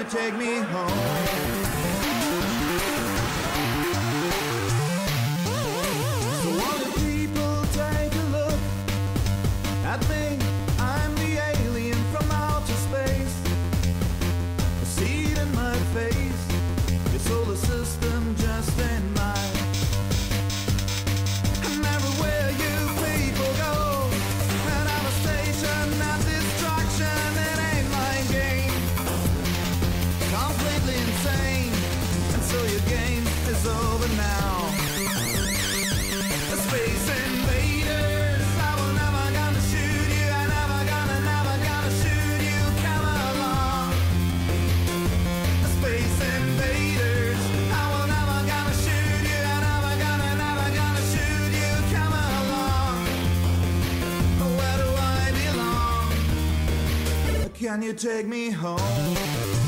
take me home? So all the people take a look at me. I'm the alien from outer space. I see it in my face. Your solar system just ain't mine. And everywhere you people go, manifestation and distraction, it ain't my game. Completely insane, and so your game is over now. The space invaders, I will never gonna shoot you, I never gonna shoot you, come along. The space invaders, I will never gonna shoot you, I never gonna shoot you, come along. Where do I belong? Can you take me home?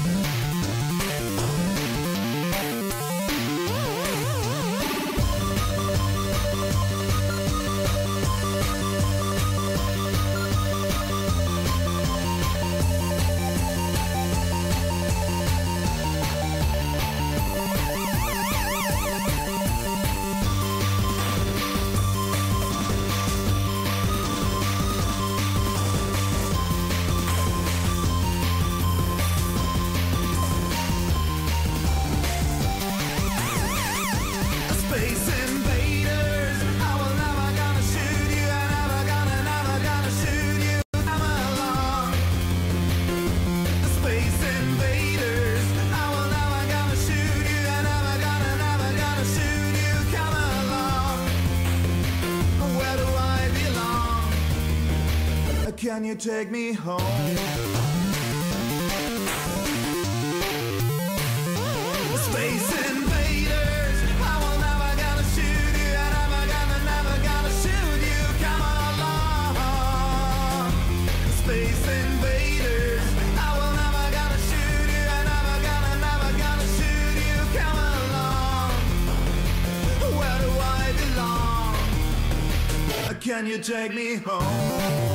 Space invaders, I will never gonna shoot you, I never gonna shoot you, come along. The space invaders, I will never gonna shoot you, I never gonna shoot you, come along. Where do I belong? Can you take me home? Space invaders, I will never gonna shoot you, I never gonna shoot you, come along. Space invaders, I will never gonna shoot you, I never gonna shoot you, come along. Where do I belong? Can you take me home?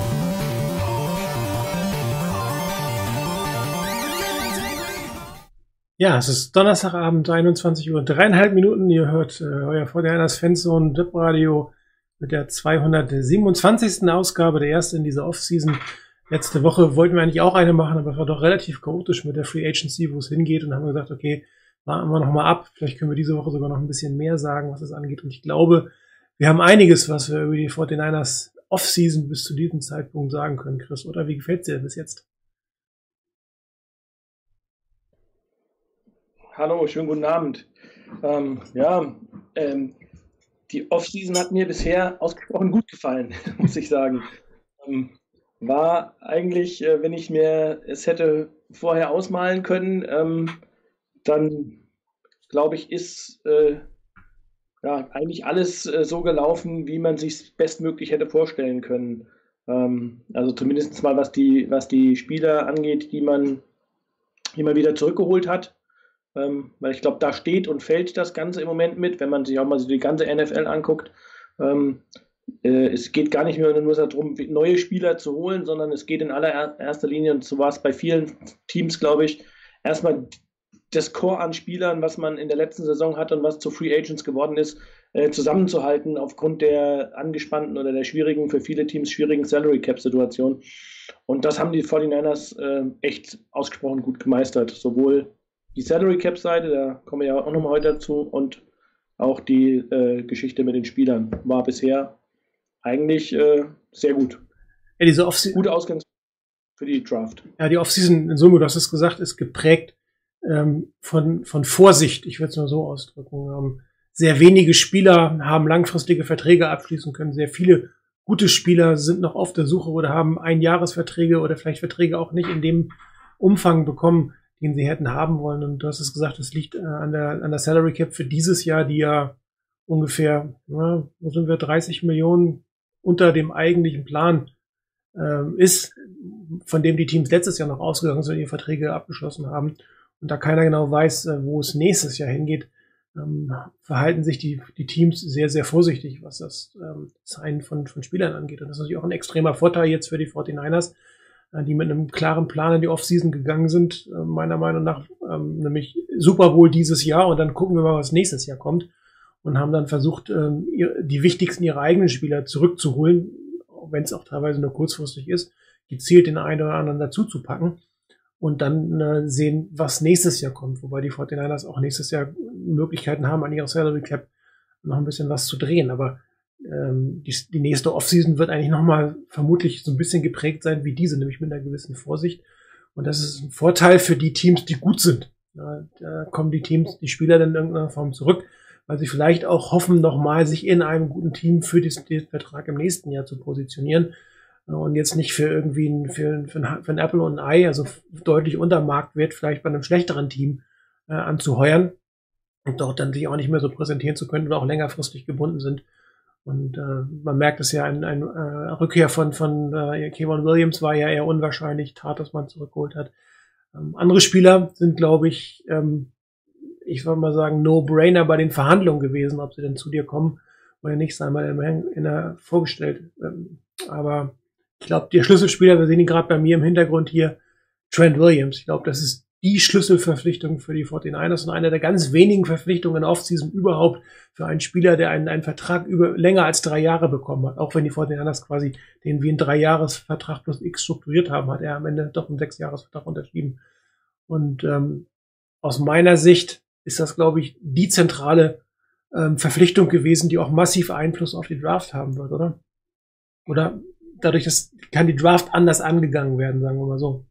Ja, es ist Donnerstagabend, 21 Uhr, 3,5 Minuten. Ihr hört euer 49ers Fanzone Webradio mit der 227. Ausgabe, der erste in dieser Offseason. Letzte Woche wollten wir eigentlich auch eine machen, aber es war doch relativ chaotisch mit der Free Agency, wo es hingeht, und haben gesagt, okay, warten wir noch mal ab. Vielleicht können wir diese Woche sogar noch ein bisschen mehr sagen, was das angeht. Und ich glaube, wir haben einiges, was wir über die 49ers Offseason bis zu diesem Zeitpunkt sagen können, Chris. Oder wie gefällt es dir bis jetzt? Hallo, schönen guten Abend. Die Offseason hat mir bisher ausgesprochen gut gefallen, muss ich sagen. War eigentlich, wenn ich mir es hätte vorher ausmalen können, dann glaube ich, ist eigentlich alles so gelaufen, wie man sich bestmöglich hätte vorstellen können. Also zumindest mal was die Spieler angeht, die man wieder zurückgeholt hat. Weil ich glaube, da steht und fällt das Ganze im Moment mit, wenn man sich auch mal so die ganze NFL anguckt. Es geht gar nicht mehr nur darum, neue Spieler zu holen, sondern es geht in allererster Linie, und so war es bei vielen Teams, glaube ich, erstmal das Core an Spielern, was man in der letzten Saison hatte und was zu Free Agents geworden ist, zusammenzuhalten aufgrund der angespannten oder der schwierigen, für viele Teams schwierigen Salary Cap Situation. Und das haben die 49ers echt ausgesprochen gut gemeistert. Sowohl die Salary Cap Seite, da kommen wir ja auch nochmal heute dazu, und auch die Geschichte mit den Spielern war bisher eigentlich sehr gut. Ja, diese gute Ausgangs für die Draft. Ja, die Offseason in Summe, du hast es gesagt, ist geprägt von Vorsicht. Ich würde es nur so ausdrücken. Sehr wenige Spieler haben langfristige Verträge abschließen können. Sehr viele gute Spieler sind noch auf der Suche oder haben Einjahresverträge oder vielleicht Verträge auch nicht in dem Umfang bekommen, den sie hätten haben wollen. Und du hast es gesagt, es liegt an der Salary Cap für dieses Jahr, die ja ungefähr, wo sind wir, 30 Millionen unter dem eigentlichen Plan ist, von dem die Teams letztes Jahr noch ausgegangen sind, ihre Verträge abgeschlossen haben. Und da keiner genau weiß, wo es nächstes Jahr hingeht, verhalten sich die Teams sehr, sehr vorsichtig, was das Signen von Spielern angeht. Und das ist natürlich auch ein extremer Vorteil jetzt für die 49ers, die mit einem klaren Plan in die Offseason gegangen sind, meiner Meinung nach, nämlich Super Bowl dieses Jahr und dann gucken wir mal, was nächstes Jahr kommt und haben dann versucht, die wichtigsten ihrer eigenen Spieler zurückzuholen, wenn es auch teilweise nur kurzfristig ist, gezielt den einen oder anderen dazu zu packen und dann sehen, was nächstes Jahr kommt, wobei die 49ers auch nächstes Jahr Möglichkeiten haben, an ihrer Salary Cap noch ein bisschen was zu drehen, aber die nächste Offseason wird eigentlich nochmal vermutlich so ein bisschen geprägt sein wie diese, nämlich mit einer gewissen Vorsicht. Und das ist ein Vorteil für die Teams, die gut sind. Da kommen die Spieler dann in irgendeiner Form zurück, weil sie vielleicht auch hoffen, nochmal sich in einem guten Team für den Vertrag im nächsten Jahr zu positionieren. Und jetzt nicht für irgendwie für ein Apple und ein Ei, also deutlich unter Marktwert, vielleicht bei einem schlechteren Team anzuheuern und dort dann sich auch nicht mehr so präsentieren zu können oder auch längerfristig gebunden sind. Und man merkt es ja, ein Rückkehr von Kevon Williams war ja eher unwahrscheinlich, tat, dass man zurückgeholt hat. Andere Spieler sind, glaube ich, ich würde mal sagen, No-Brainer bei den Verhandlungen gewesen, ob sie denn zu dir kommen oder nicht, sei mal in der vorgestellt. Aber ich glaube, der Schlüsselspieler, wir sehen ihn gerade bei mir im Hintergrund hier, Trent Williams. Ich glaube, das ist die Schlüsselverpflichtung für die 49ers und eine der ganz wenigen Verpflichtungen in der Offseason überhaupt für einen Spieler, der einen Vertrag über länger als 3 Jahre bekommen hat. Auch wenn die 49ers quasi den wie einen 3-Jahres-Vertrag plus X strukturiert haben, hat er am Ende doch einen 6-Jahres-Vertrag unterschrieben. Und aus meiner Sicht ist das, glaube ich, die zentrale Verpflichtung gewesen, die auch massiv Einfluss auf die Draft haben wird, oder? Oder dadurch kann die Draft anders angegangen werden, sagen wir mal so.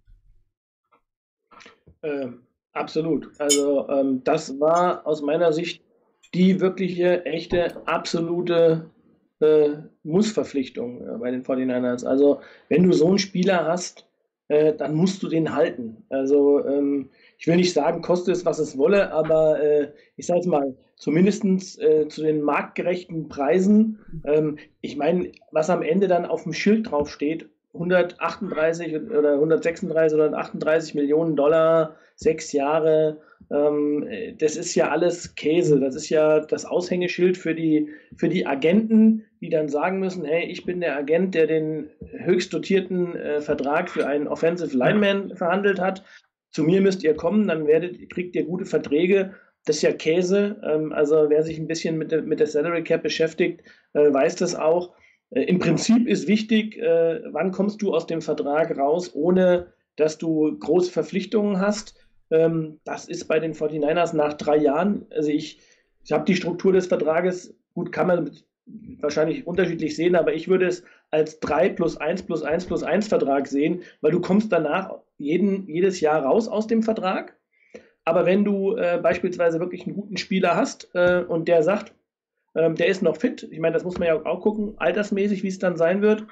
Absolut. Also das war aus meiner Sicht die wirkliche, echte, absolute Muss-Verpflichtung bei den 49ers. Also wenn du so einen Spieler hast, dann musst du den halten. Also ich will nicht sagen, koste es, was es wolle, aber ich sage jetzt mal, zumindest zu den marktgerechten Preisen. Ich meine, was am Ende dann auf dem Schild draufsteht, 138 oder 136 oder 138 Millionen $, 6 Jahre, das ist ja alles Käse. Das ist ja das Aushängeschild für die Agenten, die dann sagen müssen, hey, ich bin der Agent, der den höchst dotierten Vertrag für einen Offensive Lineman verhandelt hat. Zu mir müsst ihr kommen, dann kriegt ihr gute Verträge. Das ist ja Käse. Also wer sich ein bisschen mit der Salary Cap beschäftigt, weiß das auch. Im Prinzip ist wichtig, wann kommst du aus dem Vertrag raus, ohne dass du große Verpflichtungen hast. Das ist bei den 49ers nach 3 Jahren. Also ich habe die Struktur des Vertrages, gut, kann man wahrscheinlich unterschiedlich sehen, aber ich würde es als 3+1+1+1 Vertrag sehen, weil du kommst danach jedes Jahr raus aus dem Vertrag. Aber wenn du beispielsweise wirklich einen guten Spieler hast und der sagt, der ist noch fit, ich meine, das muss man ja auch gucken, altersmäßig, wie es dann sein wird,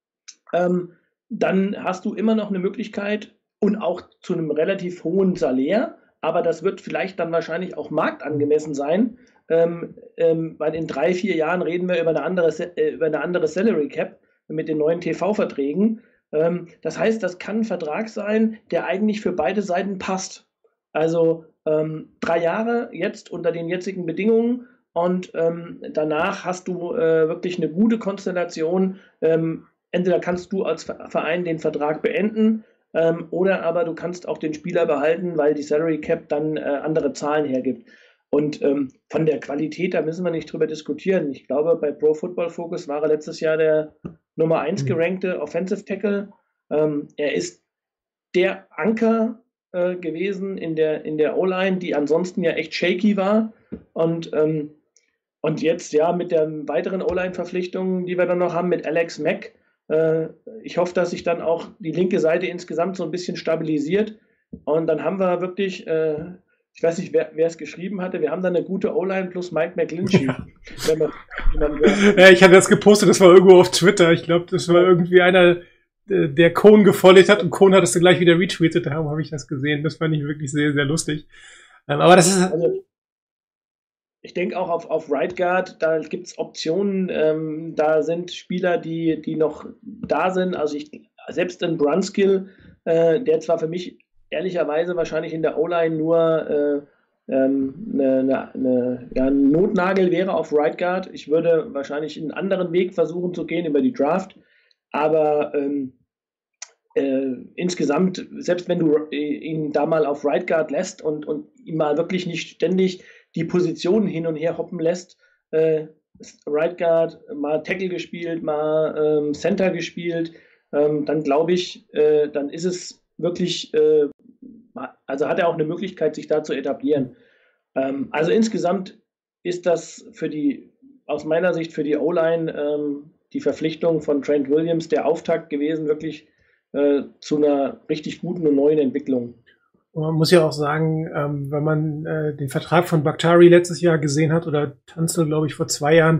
dann hast du immer noch eine Möglichkeit und auch zu einem relativ hohen Salär, aber das wird vielleicht dann wahrscheinlich auch marktangemessen sein, weil in 3-4 Jahren reden wir über eine andere Salary Cap mit den neuen TV-Verträgen. Das heißt, das kann ein Vertrag sein, der eigentlich für beide Seiten passt. Also 3 Jahre jetzt unter den jetzigen Bedingungen und danach hast du wirklich eine gute Konstellation. Entweder kannst du als Verein den Vertrag beenden oder aber du kannst auch den Spieler behalten, weil die Salary Cap dann andere Zahlen hergibt. Und von der Qualität, da müssen wir nicht drüber diskutieren. Ich glaube, bei Pro Football Focus war er letztes Jahr der Nummer 1 gerankte Offensive Tackle. Er ist der Anker gewesen in der O-Line, die ansonsten ja echt shaky war. Und jetzt ja mit der weiteren O-Line-Verpflichtung, die wir dann noch haben mit Alex Mack, ich hoffe, dass sich dann auch die linke Seite insgesamt so ein bisschen stabilisiert. Und dann haben wir wirklich, ich weiß nicht, wer es geschrieben hatte, wir haben dann eine gute O-Line plus Mike McGlinchey. Ja, ich hatte das gepostet, das war irgendwo auf Twitter. Ich glaube, das war irgendwie einer, der Cohn gefolgt hat und Cohn hat es dann gleich wieder retweetet. Darum habe ich das gesehen. Das fand ich wirklich sehr, sehr lustig. Aber das ist... Also, ich denke auch auf Right Guard, da gibt es Optionen, da sind Spieler, die noch da sind. Also selbst ein Brunskill, der zwar für mich ehrlicherweise wahrscheinlich in der O-Line nur ein Notnagel wäre auf Right Guard. Ich würde wahrscheinlich einen anderen Weg versuchen zu gehen über die Draft. Aber insgesamt, selbst wenn du ihn da mal auf Right Guard lässt und ihn mal wirklich nicht ständig die Positionen hin und her hoppen lässt, Right Guard, mal Tackle gespielt, mal Center gespielt, dann glaube ich, dann ist es wirklich, also hat er auch eine Möglichkeit, sich da zu etablieren. Also insgesamt ist das aus meiner Sicht für die O-Line die Verpflichtung von Trent Williams der Auftakt gewesen, wirklich zu einer richtig guten und neuen Entwicklung. Und man muss ja auch sagen, wenn man den Vertrag von Bakhtiari letztes Jahr gesehen hat oder Tunsil, glaube ich, vor 2 Jahren,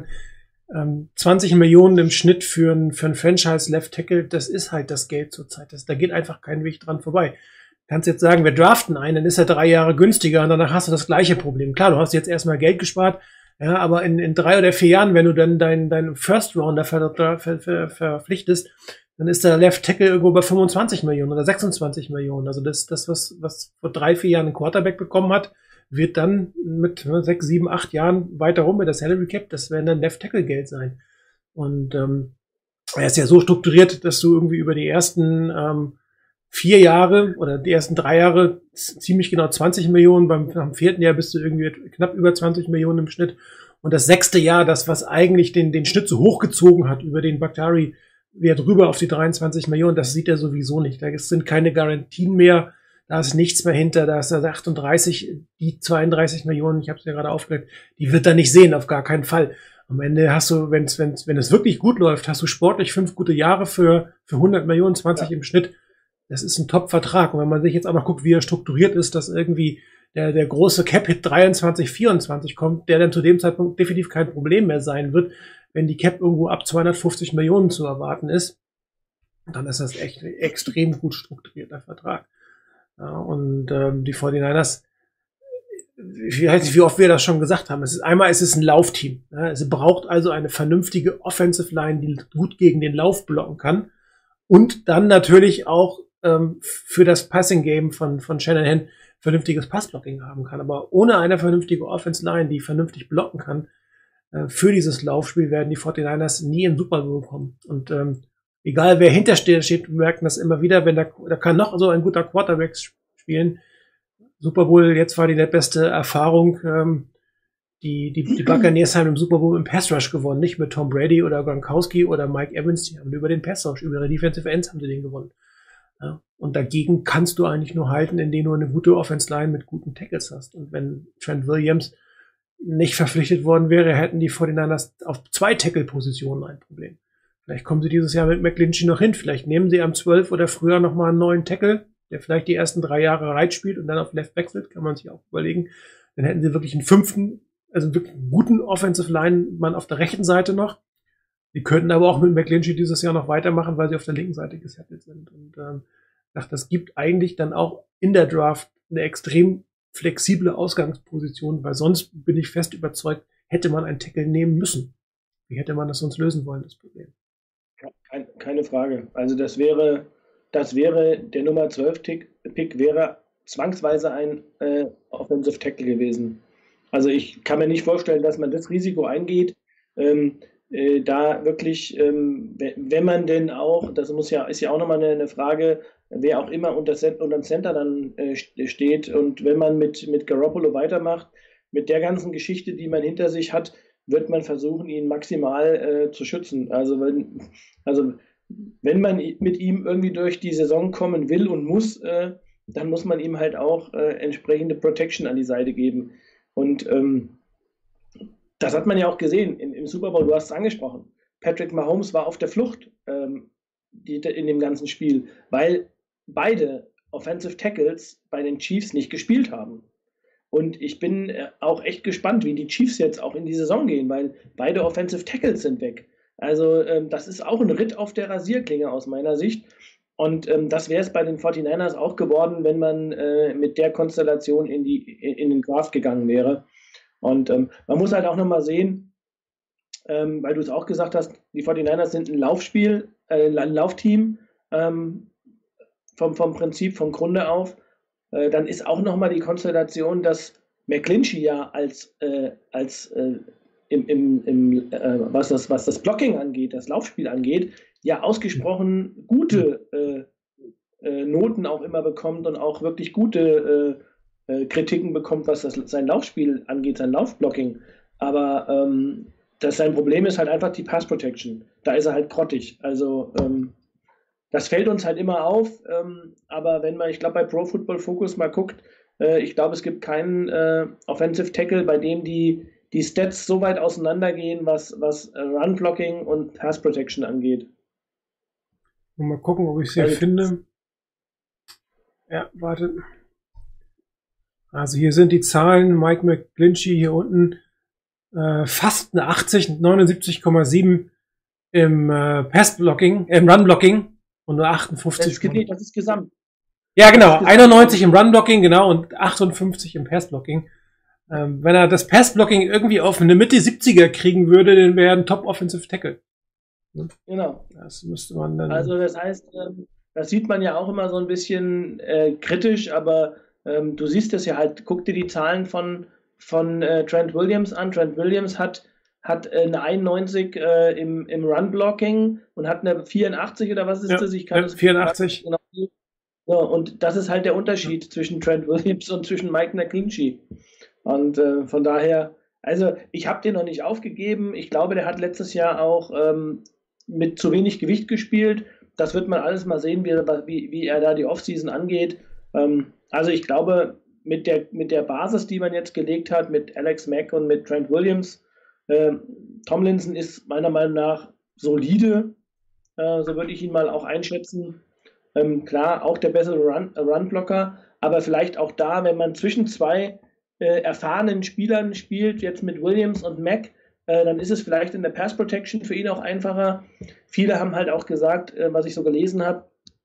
20 Millionen im Schnitt für einen Franchise-Left-Tackle, das ist halt das Geld zurzeit. Da geht einfach kein Weg dran vorbei. Du kannst jetzt sagen, wir draften einen, dann ist er 3 Jahre günstiger und danach hast du das gleiche Problem. Klar, du hast jetzt erstmal Geld gespart, ja, aber in 3 oder 4 Jahren, wenn du dann deinen First-Rounder verpflichtest, dann ist der Left Tackle irgendwo bei 25 Millionen oder 26 Millionen. Also das was vor 3, 4 Jahren ein Quarterback bekommen hat, wird dann mit 6, 7, 8 Jahren weiter rum mit der Salary Cap. Das werden dann Left Tackle Geld sein. Und er ist ja so strukturiert, dass du irgendwie über die ersten 4 Jahre oder die ersten 3 Jahre ziemlich genau 20 Millionen. Beim 4. Jahr bist du irgendwie knapp über 20 Millionen im Schnitt. Und das 6. Jahr, das was eigentlich den Schnitt so hochgezogen hat über den Bakhtiari, Wert rüber auf die 23 Millionen, das sieht er sowieso nicht. Da sind keine Garantien mehr, da ist nichts mehr hinter, da ist er 38, die 32 Millionen, ich habe es ja gerade aufgelegt, die wird er nicht sehen, auf gar keinen Fall. Am Ende hast du, wenn es wirklich gut läuft, hast du sportlich 5 gute Jahre für 100 Millionen, 20 im Schnitt. Das ist ein Top-Vertrag. Und wenn man sich jetzt auch noch guckt, wie er strukturiert ist, dass irgendwie der große Cap-Hit 23, 24 kommt, der dann zu dem Zeitpunkt definitiv kein Problem mehr sein wird, wenn die Cap irgendwo ab 250 Millionen zu erwarten ist, dann ist das echt ein extrem gut strukturierter Vertrag. Ja, und die 49ers, ich weiß nicht, wie oft wir das schon gesagt haben, es ist ein Laufteam. Ja, es braucht also eine vernünftige Offensive Line, die gut gegen den Lauf blocken kann und dann natürlich auch für das Passing Game von Shanahan vernünftiges Passblocking haben kann. Aber ohne eine vernünftige Offensive Line, die vernünftig blocken kann, für dieses Laufspiel werden die 49ers nie in den Super Bowl kommen. Und egal wer hintersteht, wir merken das immer wieder, wenn da kann noch so ein guter Quarterback spielen. Super Bowl, jetzt war die beste Erfahrung. Die Buccaneers haben im Super Bowl im Pass Rush gewonnen, nicht mit Tom Brady oder Gronkowski oder Mike Evans, die haben über den Pass Rush, über ihre Defensive Ends haben sie den gewonnen. Ja, und dagegen kannst du eigentlich nur halten, indem du eine gute Offense Line mit guten Tackles hast. Und wenn Trent Williams nicht verpflichtet worden wäre, hätten die 49ers auf 2 Tackle-Positionen ein Problem. Vielleicht kommen sie dieses Jahr mit McGlinchey noch hin. Vielleicht nehmen sie am 12 oder früher nochmal einen neuen Tackle, der vielleicht die ersten 3 Jahre Right spielt und dann auf Left wechselt, kann man sich auch überlegen. Dann hätten sie wirklich einen 5., also wirklich einen guten Offensive Line-Mann auf der rechten Seite noch. Die könnten aber auch mit McGlinchey dieses Jahr noch weitermachen, weil sie auf der linken Seite gesettelt sind. Und das gibt eigentlich dann auch in der Draft eine extrem flexible Ausgangsposition, weil sonst bin ich fest überzeugt, hätte man einen Tackle nehmen müssen. Wie hätte man das sonst lösen wollen, das Problem? Keine Frage. Also das wäre der Nummer 12 Pick wäre zwangsweise ein Offensive Tackle gewesen. Also ich kann mir nicht vorstellen, dass man das Risiko eingeht, da wirklich, wenn man denn auch, das ist ja auch nochmal eine Frage, wer auch immer unter dem Center dann steht, und wenn man mit Garoppolo weitermacht, mit der ganzen Geschichte, die man hinter sich hat, wird man versuchen, ihn maximal zu schützen. Also wenn man mit ihm irgendwie durch die Saison kommen will und muss, dann muss man ihm halt auch entsprechende Protection an die Seite geben. Und das hat man ja auch gesehen im Super Bowl, du hast es angesprochen. Patrick Mahomes war auf der Flucht in dem ganzen Spiel, weil beide Offensive Tackles bei den Chiefs nicht gespielt haben. Und ich bin auch echt gespannt, wie die Chiefs jetzt auch in die Saison gehen, weil beide Offensive Tackles sind weg. Also das ist auch ein Ritt auf der Rasierklinge aus meiner Sicht. Und das wäre es bei den 49ers auch geworden, wenn man mit der Konstellation in den Draft gegangen wäre. Und man muss halt auch nochmal sehen, weil du es auch gesagt hast, die 49ers sind ein Laufteam vom Prinzip, vom Grunde auf. Dann ist auch nochmal die Konstellation, dass McGlinchey ja was das Blocking angeht, das Laufspiel angeht, ja ausgesprochen gute Noten auch immer bekommt und auch wirklich gute Kritiken bekommt, was sein Laufspiel angeht, sein Laufblocking. Aber sein Problem ist halt einfach die Pass Protection. Da ist er halt grottig. Also das fällt uns halt immer auf. Aber wenn man, ich glaube, bei Pro Football Focus mal guckt, ich glaube, es gibt keinen Offensive Tackle, bei dem die Stats so weit auseinandergehen, was Run Blocking und Pass Protection angeht. Und mal gucken, ob ich sie finde. Ja, warte. Also hier sind die Zahlen. Mike McGlinchey hier unten fast eine 80, 79,7 im Pass-Blocking, im Run-Blocking und nur 58. Das ist Gesamt. Ja, genau. 91 im Run-Blocking, genau, und 58 im Pass-Blocking. Wenn er das Pass-Blocking irgendwie auf eine Mitte 70er kriegen würde, dann wäre er ein Top-Offensive Tackle. Genau. Das müsste man dann. Also das heißt, das sieht man ja auch immer so ein bisschen kritisch, aber du siehst es ja halt, guck dir die Zahlen von Trent Williams an. Trent Williams hat eine 91 im Run-Blocking und hat eine 84 oder was ist das? Ich kann 84. Genau. So, und das ist halt der Unterschied zwischen Trent Williams und zwischen Mike McGlinchey. Und von daher, also ich habe den noch nicht aufgegeben. Ich glaube, der hat letztes Jahr auch mit zu wenig Gewicht gespielt. Das wird man alles mal sehen, wie er da die Offseason angeht. Also ich glaube, mit der Basis, die man jetzt gelegt hat, mit Alex Mack und mit Trent Williams, Tomlinson ist meiner Meinung nach solide, so würde ich ihn mal auch einschätzen. Klar, auch der bessere Run-Blocker, aber vielleicht auch da, wenn man zwischen zwei erfahrenen Spielern spielt, jetzt mit Williams und Mack, dann ist es vielleicht in der Pass Protection für ihn auch einfacher. Viele haben halt auch gesagt, was ich so gelesen habe,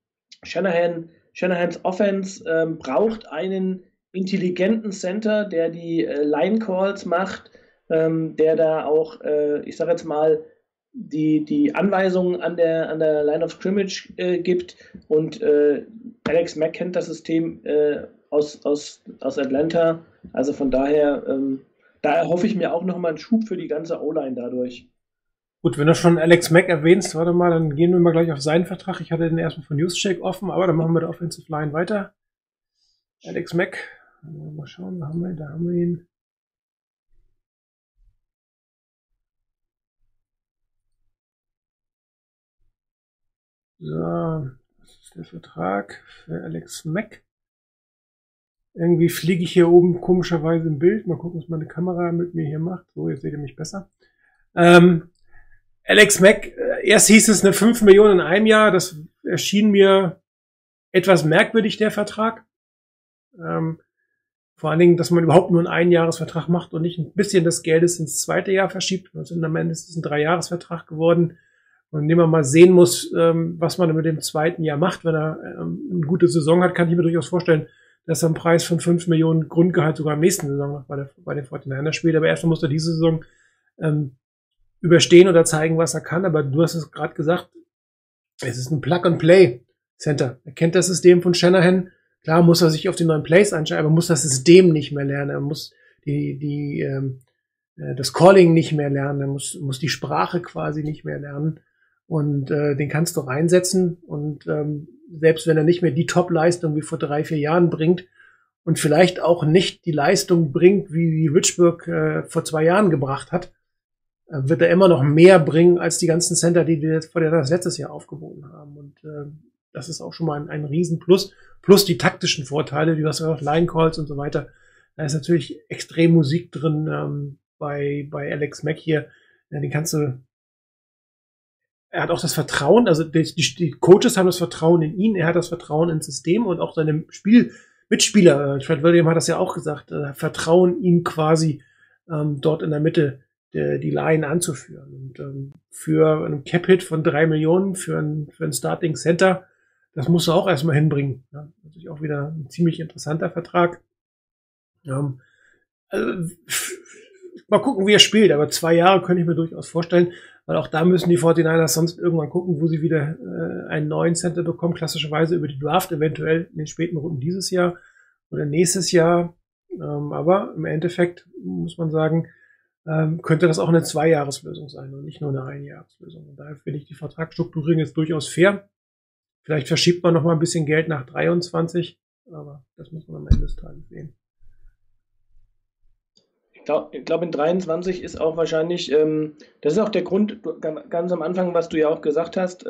Shanahans Offense braucht einen intelligenten Center, der die Line Calls macht, der da auch, ich sage jetzt mal, die Anweisungen an der Line of Scrimmage gibt. Und Alex Mack kennt das System aus Atlanta. Also von daher, da erhoffe ich mir auch nochmal einen Schub für die ganze O-Line dadurch. Gut, wenn du schon Alex Mack erwähnst, warte mal, dann gehen wir mal gleich auf seinen Vertrag. Ich hatte den erstmal von Newscheck offen, aber dann machen wir der Offensive Line weiter. Alex Mack, mal schauen, da haben wir ihn. So, das ist der Vertrag für Alex Mack. Irgendwie fliege ich hier oben komischerweise im Bild. Mal gucken, was meine Kamera mit mir hier macht. So, jetzt seht ihr mich besser. Alex Mack, erst hieß es eine 5 Millionen in einem Jahr. Das erschien mir etwas merkwürdig, der Vertrag. Vor allen Dingen, dass man überhaupt nur einen Einjahresvertrag macht und nicht ein bisschen des Geldes ins zweite Jahr verschiebt. Also am Ende ist es ein 3-Jahres-Vertrag geworden. Und indem man mal sehen muss, was man mit dem zweiten Jahr macht. Wenn er eine gute Saison hat, kann ich mir durchaus vorstellen, dass er einen Preis von 5 Millionen Grundgehalt sogar im nächsten Saison noch bei den 49ers spielt. Aber erstmal muss er diese Saison überstehen oder zeigen, was er kann. Aber du hast es gerade gesagt, es ist ein Plug-and-Play-Center. Er kennt das System von Shanahan. Klar muss er sich auf die neuen Plays anschauen, aber muss das System nicht mehr lernen. Er muss das Calling nicht mehr lernen. Er muss die Sprache quasi nicht mehr lernen. Und den kannst du reinsetzen. Und selbst wenn er nicht mehr die Top-Leistung wie vor 3-4 Jahren bringt und vielleicht auch nicht die Leistung bringt, wie Richburg vor 2 Jahren gebracht hat, wird er immer noch mehr bringen als die ganzen Center, die wir jetzt das letztes Jahr aufgeboten haben. Und das ist auch schon mal ein Riesenplus. Plus die taktischen Vorteile, du hast ja auch Line Calls und so weiter. Da ist natürlich extrem Musik drin bei Alex Mack hier. Den kannst du. Er hat auch das Vertrauen, also die Coaches haben das Vertrauen in ihn, er hat das Vertrauen ins System und auch seine Mitspieler, Trent Williams hat das ja auch gesagt, vertrauen ihm quasi dort in der Mitte die Line anzuführen. Und für einen Cap-Hit von 3 Millionen für ein Starting Center, das musst du auch erstmal hinbringen. Ja, natürlich auch wieder ein ziemlich interessanter Vertrag. Also, mal gucken, wie er spielt, aber 2 Jahre könnte ich mir durchaus vorstellen, weil auch da müssen die 49ers sonst irgendwann gucken, wo sie wieder einen neuen Center bekommen, klassischerweise über die Draft, eventuell in den späten Runden dieses Jahr oder nächstes Jahr. Aber im Endeffekt muss man sagen, könnte das auch eine 2-Jahres-Lösung sein und nicht nur eine 1-Jahres-Lösung. Und daher finde ich die Vertragsstrukturierung jetzt durchaus fair. Vielleicht verschiebt man noch mal ein bisschen Geld nach 23, aber das muss man am Ende des Tages sehen. Ich glaube, in 23 ist auch wahrscheinlich, das ist auch der Grund, ganz am Anfang, was du ja auch gesagt hast,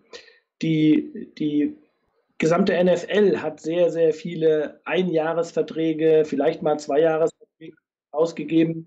die gesamte NFL hat sehr, sehr viele Einjahresverträge, vielleicht mal Zweijahresverträge ausgegeben.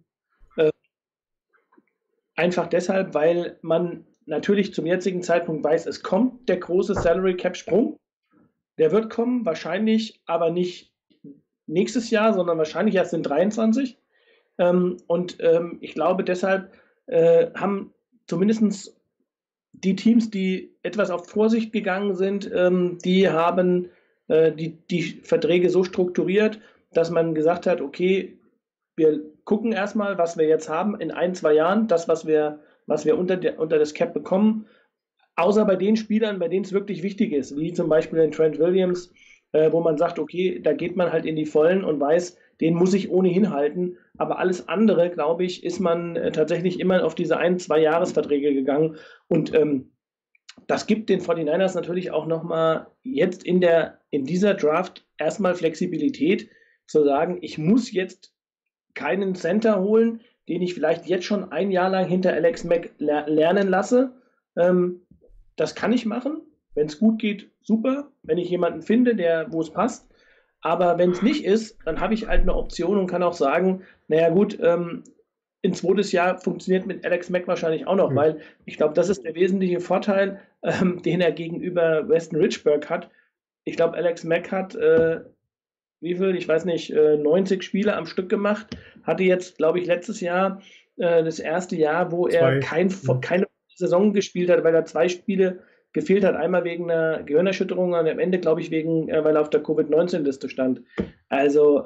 Einfach deshalb, weil man natürlich zum jetzigen Zeitpunkt weiß, es kommt der große Salary Cap Sprung. Der wird kommen, wahrscheinlich aber nicht nächstes Jahr, sondern wahrscheinlich erst in 23. Ich glaube, deshalb haben zumindest die Teams, die etwas auf Vorsicht gegangen sind, die haben die Verträge so strukturiert, dass man gesagt hat, okay, wir gucken erstmal, was wir jetzt haben in 1-2 Jahren, das, was wir unter das Cap bekommen, außer bei den Spielern, bei denen es wirklich wichtig ist, wie zum Beispiel den Trent Williams, wo man sagt, okay, da geht man halt in die Vollen und weiß, den muss ich ohnehin halten. Aber alles andere, glaube ich, ist man tatsächlich immer auf diese 1-2 Jahresverträge gegangen. Und das gibt den 49ers natürlich auch nochmal jetzt in dieser Draft erstmal Flexibilität, zu sagen, ich muss jetzt keinen Center holen, den ich vielleicht jetzt schon ein Jahr lang hinter Alex Mack lernen lasse. Das kann ich machen. Wenn es gut geht, super. Wenn ich jemanden finde, wo es passt. Aber wenn es nicht ist, dann habe ich halt eine Option und kann auch sagen, naja gut, ein zweites Jahr funktioniert mit Alex Mack wahrscheinlich auch noch, weil ich glaube, das ist der wesentliche Vorteil, den er gegenüber Weston Richburg hat. Ich glaube, Alex Mack hat, wie viel, ich weiß nicht, 90 Spiele am Stück gemacht, hatte jetzt, glaube ich, letztes Jahr das erste Jahr, wo er keine Saison gespielt hat, weil er 2 Spiele gefehlt hat. Einmal wegen einer Gehirnerschütterung und am Ende, glaube ich, weil er auf der Covid-19-Liste stand. Also,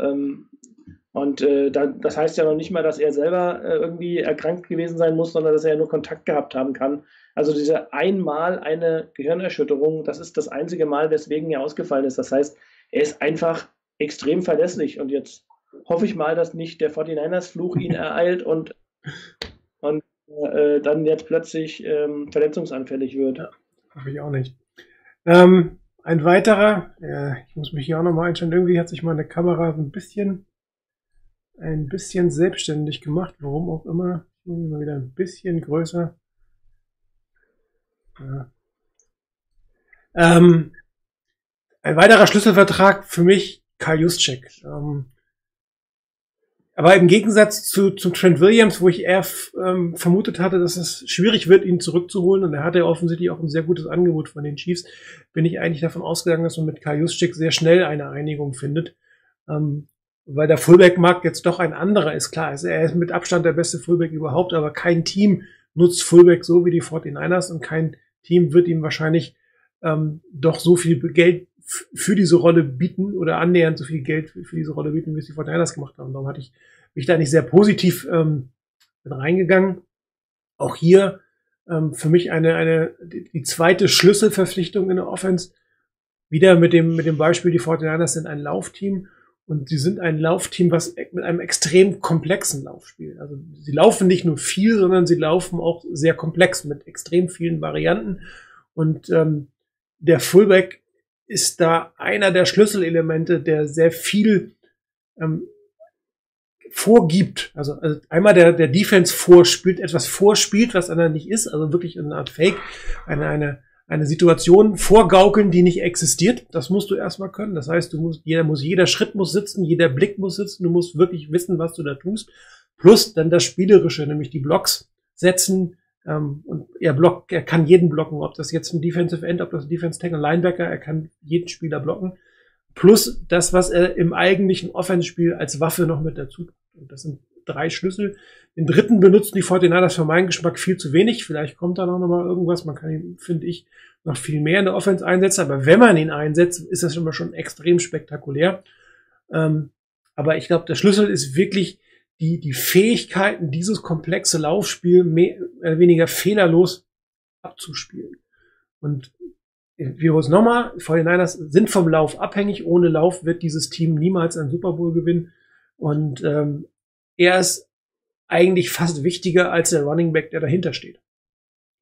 das heißt ja noch nicht mal, dass er selber irgendwie erkrankt gewesen sein muss, sondern dass er nur Kontakt gehabt haben kann. Also diese einmal eine Gehirnerschütterung, das ist das einzige Mal, weswegen er ausgefallen ist. Das heißt, er ist einfach extrem verlässlich. Und jetzt hoffe ich mal, dass nicht der 49ers-Fluch ihn ereilt und dann jetzt plötzlich verletzungsanfällig wird. Ja, hoffe ich auch nicht. Ein weiterer, ich muss mich hier auch nochmal einstellen, irgendwie hat sich meine Kamera ein bisschen selbstständig gemacht, warum auch immer. Mal wieder ein bisschen größer. Ja. Ein weiterer Schlüsselvertrag für mich, Kyle Juszczyk. Aber im Gegensatz zum Trent Williams, wo ich eher vermutet hatte, dass es schwierig wird, ihn zurückzuholen, und er hatte offensichtlich auch ein sehr gutes Angebot von den Chiefs, bin ich eigentlich davon ausgegangen, dass man mit Kyle Juszczyk sehr schnell eine Einigung findet. Weil der Fullback-Markt jetzt doch ein anderer ist. Klar, er ist mit Abstand der beste Fullback überhaupt, aber kein Team nutzt Fullback so wie die 49ers und kein Team wird ihm wahrscheinlich doch so viel Geld für diese Rolle bieten oder annähernd so viel Geld für diese Rolle bieten, wie es die 49ers gemacht haben. Darum bin ich da nicht sehr positiv mit reingegangen. Auch hier für mich die zweite Schlüsselverpflichtung in der Offense. Wieder mit dem Beispiel, die 49ers sind ein Laufteam. Und sie sind ein Laufteam, was mit einem extrem komplexen Lauf spielt. Also sie laufen nicht nur viel, sondern sie laufen auch sehr komplex mit extrem vielen Varianten. Und der Fullback ist da einer der Schlüsselelemente, der sehr viel vorgibt. Also einmal der Defense etwas vorspielt, was einer nicht ist. Also wirklich eine Art Fake, eine Situation vorgaukeln, die nicht existiert. Das musst du erstmal können. Das heißt, jeder Schritt muss sitzen, jeder Blick muss sitzen. Du musst wirklich wissen, was du da tust. Plus dann das Spielerische, nämlich die Blocks setzen. Und er kann jeden blocken, ob das jetzt ein Defensive End, ob das ein Defense Tackle, Linebacker, er kann jeden Spieler blocken. Plus das, was er im eigentlichen Offense-Spiel als Waffe noch mit dazu tut. Und das sind 3 Schlüssel. Den dritten benutzen die 49ers für meinen Geschmack viel zu wenig. Vielleicht kommt da noch mal irgendwas. Man kann ihn, finde ich, noch viel mehr in der Offense einsetzen. Aber wenn man ihn einsetzt, ist das immer schon extrem spektakulär. Aber ich glaube, der Schlüssel ist wirklich die Fähigkeiten, dieses komplexe Laufspiel mehr oder weniger fehlerlos abzuspielen. Und wir hören es nochmal, die 49ers sind vom Lauf abhängig. Ohne Lauf wird dieses Team niemals einen Super Bowl gewinnen. Und er ist eigentlich fast wichtiger als der Running Back, der dahinter steht.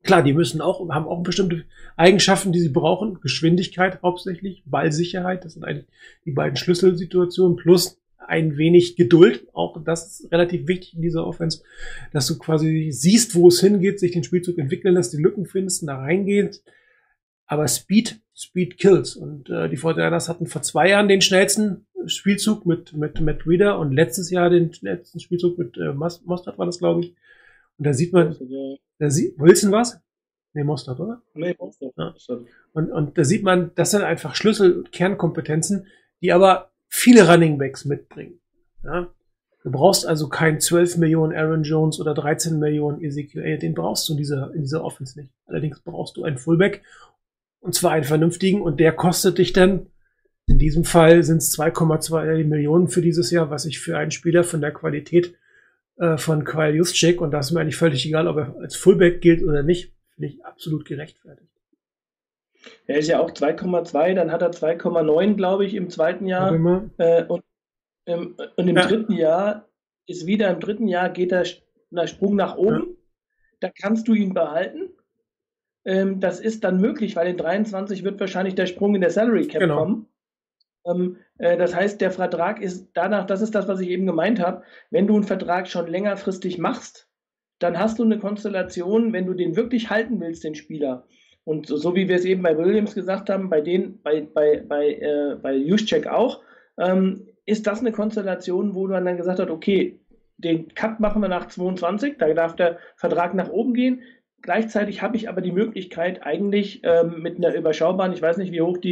Klar, die haben auch bestimmte Eigenschaften, die sie brauchen. Geschwindigkeit hauptsächlich, Ballsicherheit, das sind eigentlich die beiden Schlüsselsituationen, plus ein wenig Geduld. Auch das ist relativ wichtig in dieser Offense, dass du quasi siehst, wo es hingeht, sich den Spielzug entwickeln lässt, die Lücken findest, da reingehst. Aber Speed kills. Und die 49ers hatten vor 2 Jahren den schnellsten Spielzug mit Matt Reader und letztes Jahr den schnellsten Spielzug mit Mostert war das, glaube ich. Und da sieht man, Wilson was? Nee, Mostert, oder? Nee, Mostert. Ja. Und da sieht man, das sind einfach Schlüssel-Kernkompetenzen, die aber viele Running Backs mitbringen. Ja? Du brauchst also keinen 12 Millionen Aaron Jones oder 13 Millionen Ezekiel Elliott, den brauchst du in dieser Offense nicht. Allerdings brauchst du einen Fullback, und zwar einen vernünftigen, und der kostet dich dann, in diesem Fall sind es 2,2 Millionen für dieses Jahr, was ich für einen Spieler von der Qualität von Kyle Juszczyk, und das ist mir eigentlich völlig egal, ob er als Fullback gilt oder nicht, finde ich absolut gerechtfertigt. Er ist ja auch 2,2, dann hat er 2,9, glaube ich, im zweiten Jahr. Und im dritten Jahr geht der Sprung nach oben. Ja. Da kannst du ihn behalten. Das ist dann möglich, weil in 23 wird wahrscheinlich der Sprung in der Salary Cap kommen. Das heißt, der Vertrag ist danach, das ist das, was ich eben gemeint habe, wenn du einen Vertrag schon längerfristig machst, dann hast du eine Konstellation, wenn du den wirklich halten willst, den Spieler. Und so wie wir es eben bei Williams gesagt haben, bei Juszczyk auch, ist das eine Konstellation, wo man dann gesagt hat, okay, den Cut machen wir nach 22, da darf der Vertrag nach oben gehen. Gleichzeitig habe ich aber die Möglichkeit eigentlich mit einer überschaubaren, ich weiß nicht, wie hoch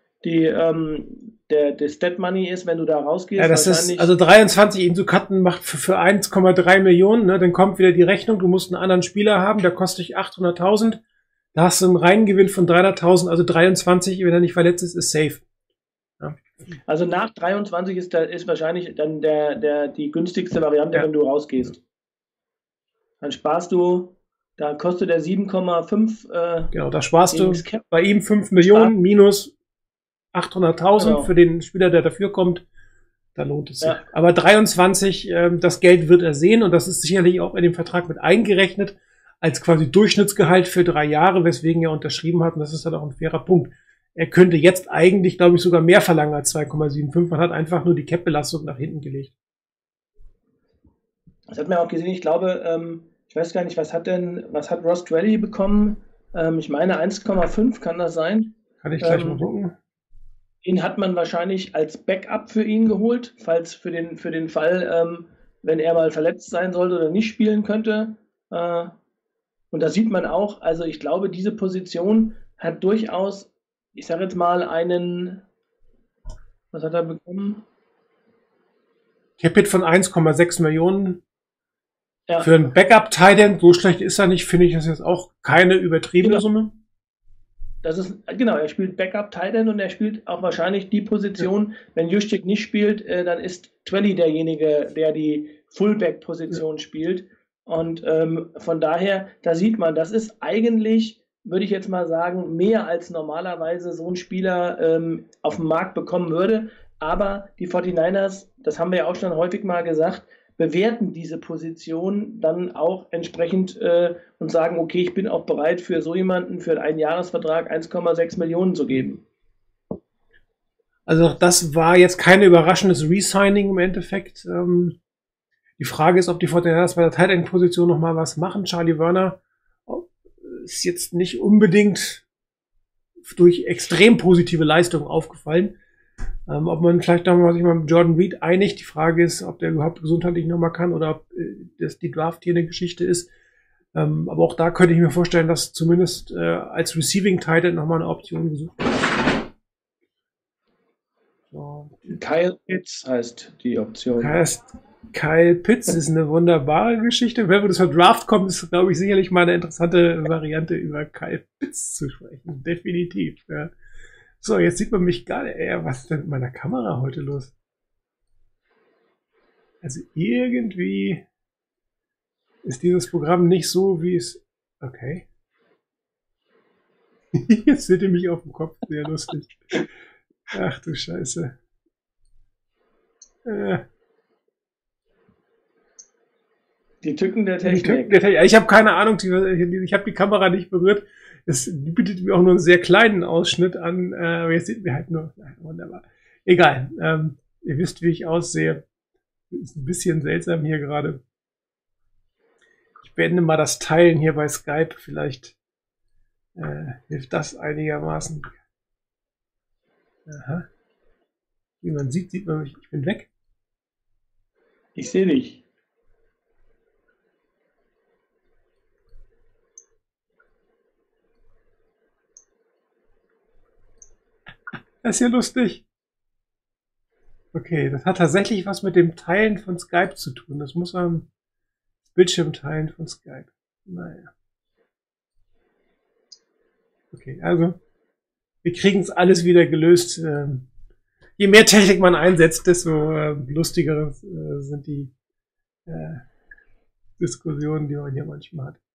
der Stat Money ist, wenn du da rausgehst. Ja, das ist, also 23 ihn zu cutten macht für 1,3 Millionen, ne, dann kommt wieder die Rechnung, du musst einen anderen Spieler haben, der kostet dich 800.000, da hast du einen Reingewinn von 300.000, also 23, wenn er nicht verletzt ist safe. Ja. Also nach 23 ist wahrscheinlich dann die günstigste Variante, wenn du rausgehst. Dann sparst du, da kostet der 7,5. Genau, da sparst du bei ihm 5 Millionen minus 800.000 für den Spieler, der dafür kommt. Da lohnt es sich. Ja. Aber 23, das Geld wird er sehen, und das ist sicherlich auch in dem Vertrag mit eingerechnet als quasi Durchschnittsgehalt für 3 Jahre, weswegen er unterschrieben hat, und das ist dann auch ein fairer Punkt. Er könnte jetzt eigentlich, glaube ich, sogar mehr verlangen als 2,75. Man hat einfach nur die Cap-Belastung nach hinten gelegt. Das hat man auch gesehen. Ich glaube, ich weiß gar nicht, was hat Ross Dwelly bekommen? Ich meine 1,5, kann das sein? Kann ich gleich mal gucken. Ihn hat man wahrscheinlich als Backup für ihn geholt, falls für den Fall, wenn er mal verletzt sein sollte oder nicht spielen könnte. Und da sieht man auch, also ich glaube, diese Position hat durchaus, ich sage jetzt mal, was hat er bekommen? Capit von 1,6 Millionen. Ja. Für einen Backup-Tight-End, so schlecht ist er nicht, finde ich das jetzt auch keine übertriebene Summe. Er spielt Backup-Tight-End, und er spielt auch wahrscheinlich die Position, wenn Juszczyk nicht spielt, dann ist Dwelly derjenige, der die Fullback-Position spielt. Und von daher, da sieht man, das ist eigentlich, würde ich jetzt mal sagen, mehr als normalerweise so ein Spieler auf dem Markt bekommen würde. Aber die 49ers, das haben wir ja auch schon häufig mal gesagt, bewerten diese Position dann auch entsprechend und sagen, okay, ich bin auch bereit, für so jemanden für einen Jahresvertrag 1,6 Millionen zu geben. Also das war jetzt kein überraschendes Resigning im Endeffekt. Die Frage ist, ob die 49ers bei der Tight End Position noch mal was machen. Charlie Werner ist jetzt nicht unbedingt durch extrem positive Leistungen aufgefallen. Ob man vielleicht noch mal sich mal mit Jordan Reed einigt. Die Frage ist, ob der überhaupt gesundheitlich noch mal kann oder ob das die Draft hier eine Geschichte ist. Aber auch da könnte ich mir vorstellen, dass zumindest als Receiving Tight End noch mal eine Option gesucht wird. So. Kyle Pitts heißt die Option. Kyle Pitts ist eine wunderbare Geschichte. Wenn wir das für Draft kommen, ist, glaube ich, sicherlich mal eine interessante Variante, über Kyle Pitts zu sprechen. Definitiv. Ja. So, jetzt sieht man mich gar nicht. Was ist denn mit meiner Kamera heute los? Also irgendwie ist dieses Programm nicht so, wie es... Okay. Jetzt seht ihr mich auf dem Kopf. Sehr lustig. Ach du Scheiße. Die Tücken der Die Tücken Technik. der Technik. Ich habe keine Ahnung, ich habe die Kamera nicht berührt. Die bietet mir auch nur einen sehr kleinen Ausschnitt an, aber jetzt sieht mir halt nur, wunderbar. Egal, ihr wisst, wie ich aussehe. Ist ein bisschen seltsam hier gerade. Ich beende mal das Teilen hier bei Skype, vielleicht hilft das einigermaßen. Aha. Wie man sieht man mich, ich bin weg. Ich sehe dich. Das ist ja lustig. Okay, das hat tatsächlich was mit dem Teilen von Skype zu tun. Das muss am Bildschirm teilen von Skype. Naja. Okay, also wir kriegen es alles wieder gelöst. Je mehr Technik man einsetzt, desto lustiger sind die Diskussionen, die man hier manchmal hat.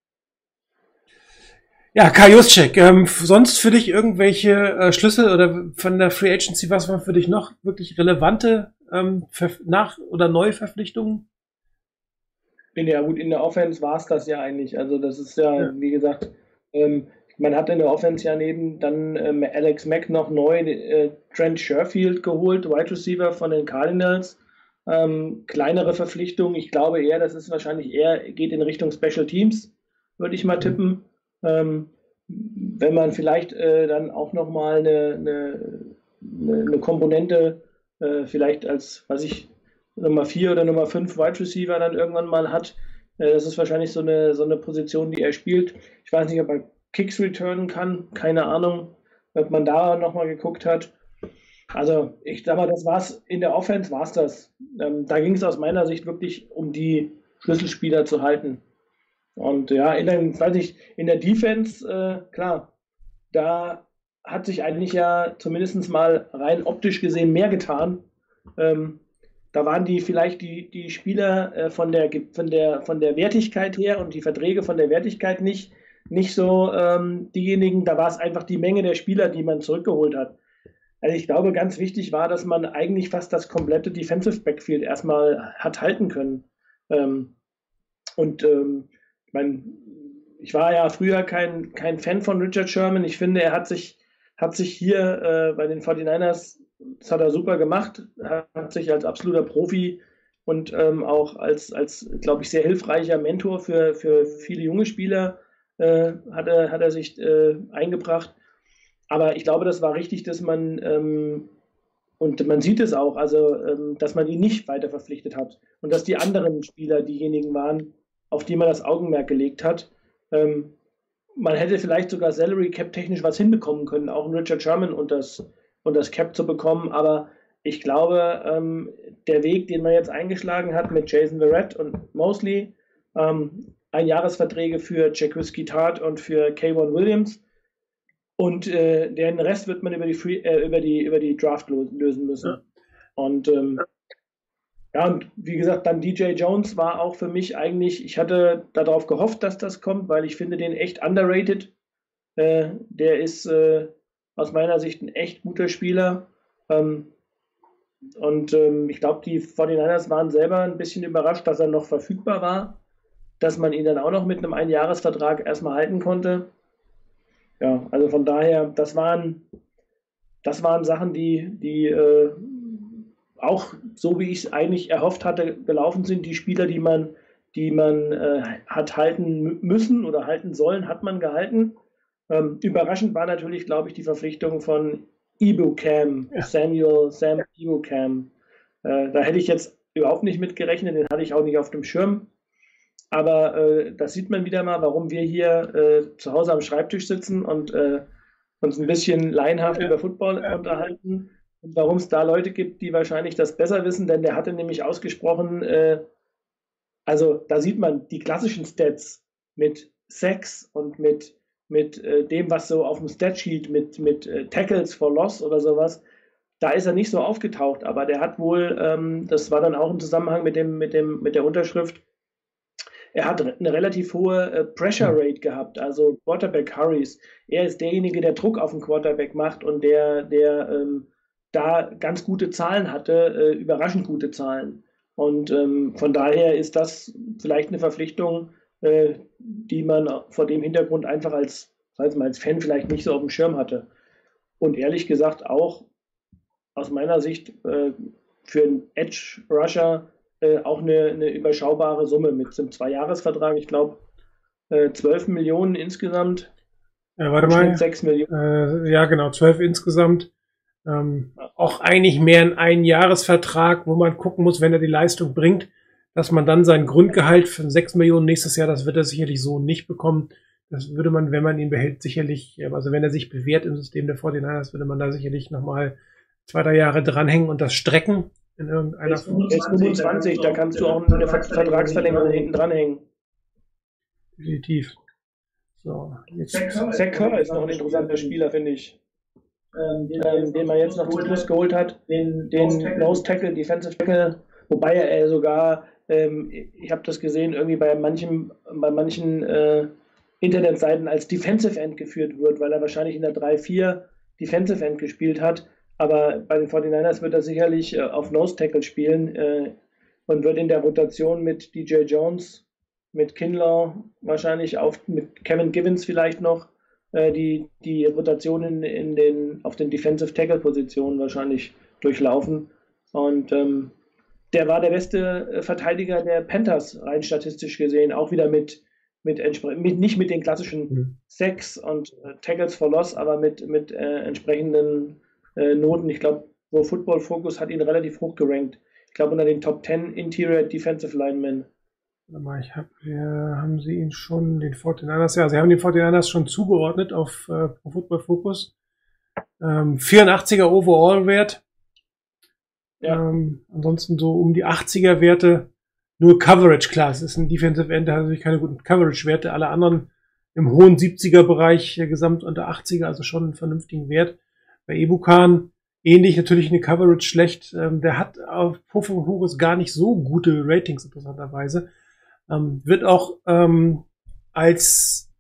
Ja, Kai Juszczyk, sonst für dich irgendwelche Schlüssel oder von der Free Agency, was waren für dich noch wirklich relevante Nach- oder Neuverpflichtungen? Ja gut, in der Offense war es das ja eigentlich. Also das ist ja, Ja. wie gesagt, man hat in der Offense ja neben dann Alex Mack noch neu Trent Sherfield geholt, Wide Receiver von den Cardinals. Kleinere Verpflichtungen. Ich glaube eher, das ist wahrscheinlich eher, geht in Richtung Special Teams, würde ich mal tippen. Wenn man vielleicht dann auch nochmal eine Komponente vielleicht als, weiß ich, Nummer 4 oder Nummer 5 Wide Receiver dann irgendwann mal hat. Das ist wahrscheinlich so eine Position, die er spielt. Ich weiß nicht, ob er Kicks returnen kann, keine Ahnung, ob man da nochmal geguckt hat. Also ich sag mal, das war's, in der Offense war es das. Da ging es aus meiner Sicht wirklich um die Schlüsselspieler zu halten. Und ja, in der Defense, klar, da hat sich eigentlich ja zumindest mal rein optisch gesehen mehr getan. Da waren die Spieler von der Wertigkeit her und die Verträge von der Wertigkeit nicht so diejenigen, da war es einfach die Menge der Spieler, die man zurückgeholt hat. Also ich glaube, ganz wichtig war, dass man eigentlich fast das komplette Defensive Backfield erstmal hat halten können. Ich war ja früher kein Fan von Richard Sherman. Ich finde, er hat sich hier bei den 49ers, das hat er super gemacht, hat sich als absoluter Profi und auch als glaube ich, sehr hilfreicher Mentor für viele junge Spieler hat er sich eingebracht. Aber ich glaube, das war richtig, dass man, und man sieht es auch, also dass man ihn nicht weiter verpflichtet hat und dass die anderen Spieler diejenigen waren, auf die man das Augenmerk gelegt hat. Man hätte vielleicht sogar Salary Cap technisch was hinbekommen können, auch einen Richard Sherman und das Cap zu bekommen, aber ich glaube, der Weg, den man jetzt eingeschlagen hat mit Jason Verrett und Mosley, Einjahresverträge für Jaquiski Tartt und für K'Waun Williams, und den Rest wird man über die Draft lösen müssen. Ja. Und und wie gesagt, dann DJ Jones war auch für mich eigentlich, ich hatte darauf gehofft, dass das kommt, weil ich finde den echt underrated. Der ist aus meiner Sicht ein echt guter Spieler. Ich glaube, die 49ers waren selber ein bisschen überrascht, dass er noch verfügbar war, dass man ihn dann auch noch mit einem Einjahresvertrag erstmal halten konnte. Ja, also von daher, das waren Sachen, die auch so wie ich es eigentlich erhofft hatte, gelaufen sind. Die Spieler, die man hat halten müssen oder halten sollen, hat man gehalten. Überraschend war natürlich, glaube ich, die Verpflichtung von Ebukam, ja. Sam Ebukam. Da hätte ich jetzt überhaupt nicht mit gerechnet, den hatte ich auch nicht auf dem Schirm. Aber das sieht man wieder mal, warum wir hier zu Hause am Schreibtisch sitzen und uns ein bisschen laienhaft über Football unterhalten und warum es da Leute gibt, die wahrscheinlich das besser wissen, denn der hatte nämlich ausgesprochen, also da sieht man die klassischen Stats mit Sacks und mit dem, was so auf dem Statsheet mit Tackles for Loss oder sowas, da ist er nicht so aufgetaucht, aber der hat wohl, das war dann auch im Zusammenhang mit der Unterschrift, er hat eine relativ hohe Pressure Rate gehabt, also Quarterback Hurries. Er ist derjenige, der Druck auf den Quarterback macht und der da ganz gute Zahlen hatte, überraschend gute Zahlen. Und von daher ist das vielleicht eine Verpflichtung, die man vor dem Hintergrund einfach als, sag ich mal, als Fan vielleicht nicht so auf dem Schirm hatte. Und ehrlich gesagt auch aus meiner Sicht für einen Edge-Rusher auch eine überschaubare Summe mit einem Zweijahresvertrag. Ich glaube, 12 Millionen insgesamt. Ja, warte mal. 6 Millionen. Ja, genau, 12 insgesamt. Auch eigentlich mehr ein Einjahresvertrag, wo man gucken muss, wenn er die Leistung bringt, dass man dann sein Grundgehalt für 6 Millionen nächstes Jahr, das wird er sicherlich so nicht bekommen. Das würde man, wenn man ihn behält, sicherlich, also wenn er sich bewährt im System der 49ers, würde man da sicherlich nochmal 2-3 Jahre dranhängen und das strecken in irgendeiner Form. Er ist 25, da kannst du auch eine Vertragsverlängerung hinten dranhängen. Definitiv. So, jetzt. Zach Kerr ist noch ein interessanter Spieler, finde ich. Den man jetzt noch zum Schluss geholt hat, den Nose Tackle, Defensive Tackle, wobei er sogar, ich habe das gesehen, irgendwie bei manchen Internetseiten als Defensive End geführt wird, weil er wahrscheinlich in der 3-4 Defensive End gespielt hat, aber bei den 49ers wird er sicherlich auf Nose Tackle spielen und wird in der Rotation mit DJ Jones, mit Kinlaw wahrscheinlich mit Kevin Givens vielleicht noch die Rotationen auf den Defensive Tackle Positionen wahrscheinlich durchlaufen. Und der war der beste Verteidiger der Panthers, rein statistisch gesehen, auch wieder nicht mit den klassischen Sacks und Tackles for Loss, aber mit entsprechenden Noten. Ich glaube, Pro Football Focus hat ihn relativ hoch gerankt. Ich glaube, unter den Top 10 Interior Defensive Linemen. Haben sie ihn schon, den 49ers, ja, sie haben den 49ers schon zugeordnet auf Pro Football Focus. 84er Overall-Wert. Ja. Ansonsten so um die 80er Werte. Nur Coverage, klar, es ist ein Defensive End, der hat natürlich keine guten Coverage-Werte. Alle anderen im hohen 70er Bereich, gesamt unter 80er, also schon einen vernünftigen Wert. Bei Ebukam ähnlich, natürlich eine Coverage schlecht. Der hat auf Pro Football Focus gar nicht so gute Ratings, interessanterweise. Wird auch als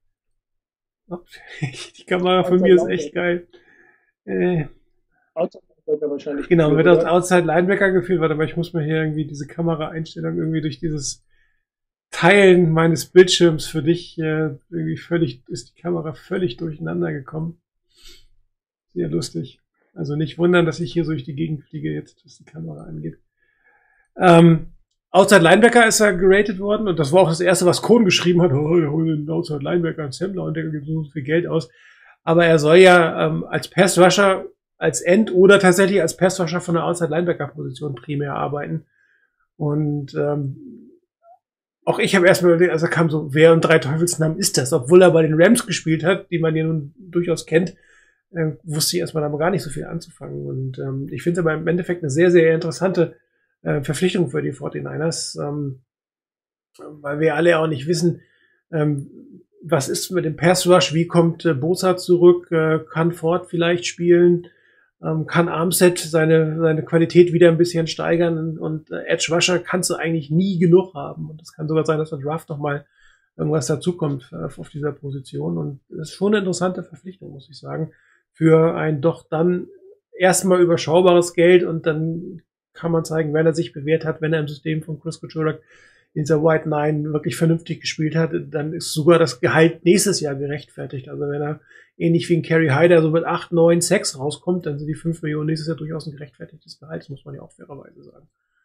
die Kamera von mir ist echt geil. Outside Linebacker wahrscheinlich. Genau, wird als Outside Linebacker geführt. Warte mal, ich muss mir hier irgendwie diese Kameraeinstellung irgendwie durch dieses Teilen meines Bildschirms für dich irgendwie ist die Kamera völlig durcheinander gekommen. Sehr lustig. Also nicht wundern, dass ich hier so durch die Gegend fliege jetzt, was die Kamera angeht. Outside Linebacker ist er geratet worden und das war auch das erste, was Cohn geschrieben hat. Oh, wir holen den Outside Linebacker und Sammler und der gibt so viel Geld aus. Aber er soll ja als Pass Rusher, als End oder tatsächlich als Pass Rusher von der Outside Linebacker Position primär arbeiten. Und auch ich habe erstmal überlegt, also kam so, wer und drei Teufelsnamen ist das? Obwohl er bei den Rams gespielt hat, die man ja nun durchaus kennt, wusste ich erstmal damit gar nicht so viel anzufangen. Und ich finde es aber im Endeffekt eine sehr, sehr interessante Verpflichtung für die 49ers, weil wir alle auch nicht wissen, was ist mit dem Pass Rush, wie kommt Bosa zurück, kann Ford vielleicht spielen, kann Armstead seine Qualität wieder ein bisschen steigern und Edge Rusher kannst du eigentlich nie genug haben und es kann sogar sein, dass der Draft nochmal irgendwas dazukommt auf dieser Position und das ist schon eine interessante Verpflichtung, muss ich sagen, für ein doch dann erstmal überschaubares Geld und dann kann man zeigen, wenn er sich bewährt hat, wenn er im System von Chris Kotulak in dieser White Nine wirklich vernünftig gespielt hat, dann ist sogar das Gehalt nächstes Jahr gerechtfertigt. Also wenn er ähnlich wie ein Kerry Hyder so mit 8, 9 Sacks rauskommt, dann sind die 5 Millionen nächstes Jahr durchaus ein gerechtfertigtes Gehalt, das muss man ja auch fairerweise sagen.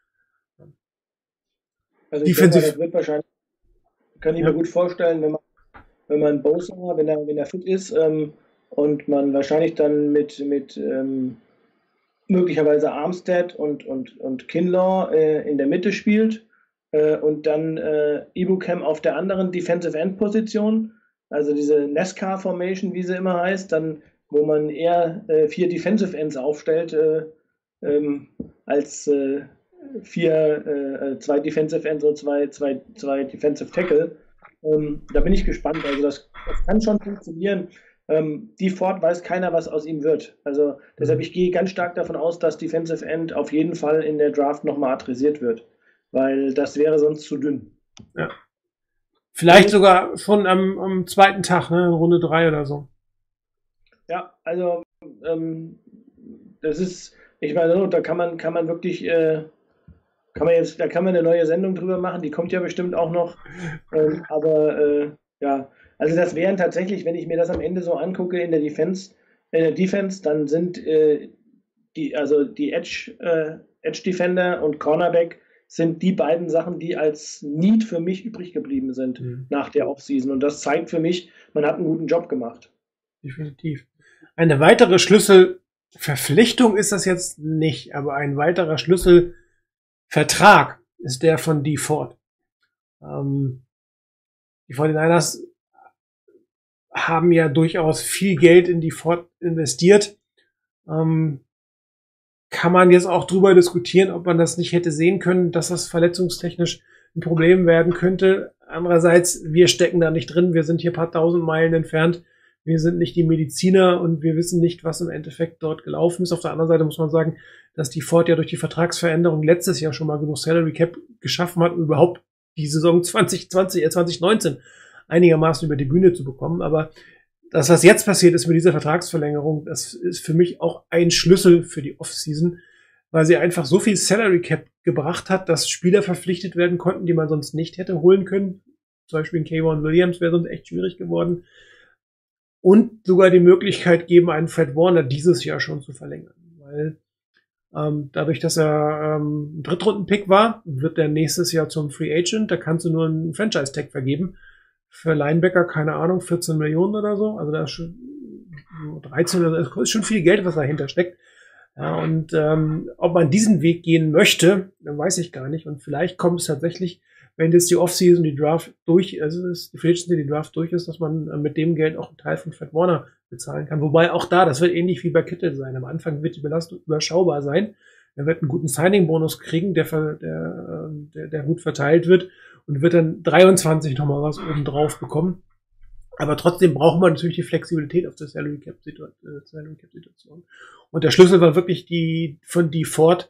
Also ich denke, das wird wahrscheinlich, kann ich mir gut vorstellen, wenn man Bosa, wenn er fit ist und man wahrscheinlich dann mit möglicherweise Armstead und Kinlaw in der Mitte spielt und dann Ebukam auf der anderen Defensive End Position, also diese NASCAR Formation, wie sie immer heißt, dann wo man eher 4 Defensive Ends aufstellt als 2 Defensive Ends und zwei Defensive Tackle. Da bin ich gespannt. Also das kann schon funktionieren. Die Ford weiß keiner, was aus ihm wird. Also deshalb, ich gehe ganz stark davon aus, dass Defensive End auf jeden Fall in der Draft nochmal adressiert wird, weil das wäre sonst zu dünn. Ja. Vielleicht sogar schon am zweiten Tag, ne, Runde 3 oder so. Ja, also das ist, ich meine, da kann man wirklich da kann man eine neue Sendung drüber machen, die kommt ja bestimmt auch noch. Ja, also das wären tatsächlich, wenn ich mir das am Ende so angucke in der Defense, dann sind die Edge Defender und Cornerback sind die beiden Sachen, die als Need für mich übrig geblieben sind nach der Offseason. Und das zeigt für mich, man hat einen guten Job gemacht. Definitiv. Eine weitere Schlüsselverpflichtung ist das jetzt nicht, aber ein weiterer Schlüsselvertrag ist der von Dee Ford. Die 49ers haben ja durchaus viel Geld in Dee Ford investiert. Kann man jetzt auch drüber diskutieren, ob man das nicht hätte sehen können, dass das verletzungstechnisch ein Problem werden könnte. Andererseits, wir stecken da nicht drin. Wir sind hier ein paar tausend Meilen entfernt. Wir sind nicht die Mediziner und wir wissen nicht, was im Endeffekt dort gelaufen ist. Auf der anderen Seite muss man sagen, dass Dee Ford ja durch die Vertragsveränderung letztes Jahr schon mal genug Salary Cap geschaffen hat, um überhaupt die Saison 2019 einigermaßen über die Bühne zu bekommen. Aber das, was jetzt passiert ist mit dieser Vertragsverlängerung, das ist für mich auch ein Schlüssel für die Offseason, weil sie einfach so viel Salary Cap gebracht hat, dass Spieler verpflichtet werden konnten, die man sonst nicht hätte holen können. Zum Beispiel in K'Waun Williams wäre sonst echt schwierig geworden. Und sogar die Möglichkeit geben, einen Fred Warner dieses Jahr schon zu verlängern. Weil dadurch, dass er ein Drittrunden-Pick war, wird er nächstes Jahr zum Free Agent. Da kannst du nur einen Franchise-Tag vergeben. Für Linebacker, keine Ahnung, 14 Millionen oder so. Also da ist schon 13 oder so. Das ist schon viel Geld, was dahinter steckt. Ja, und ob man diesen Weg gehen möchte, dann weiß ich gar nicht. Und vielleicht kommt es tatsächlich, wenn jetzt die Offseason, die Draft durch, also die Free Agency, die Draft durch ist, dass man mit dem Geld auch einen Teil von Fred Warner bezahlen kann. Wobei auch da, das wird ähnlich wie bei Kittle sein. Am Anfang wird die Belastung überschaubar sein. Er wird einen guten Signing-Bonus kriegen, der gut verteilt wird und wird dann 23 nochmal was oben drauf bekommen. Aber trotzdem braucht man natürlich die Flexibilität auf der Salary Cap Situation. Und der Schlüssel war wirklich die von Dee Ford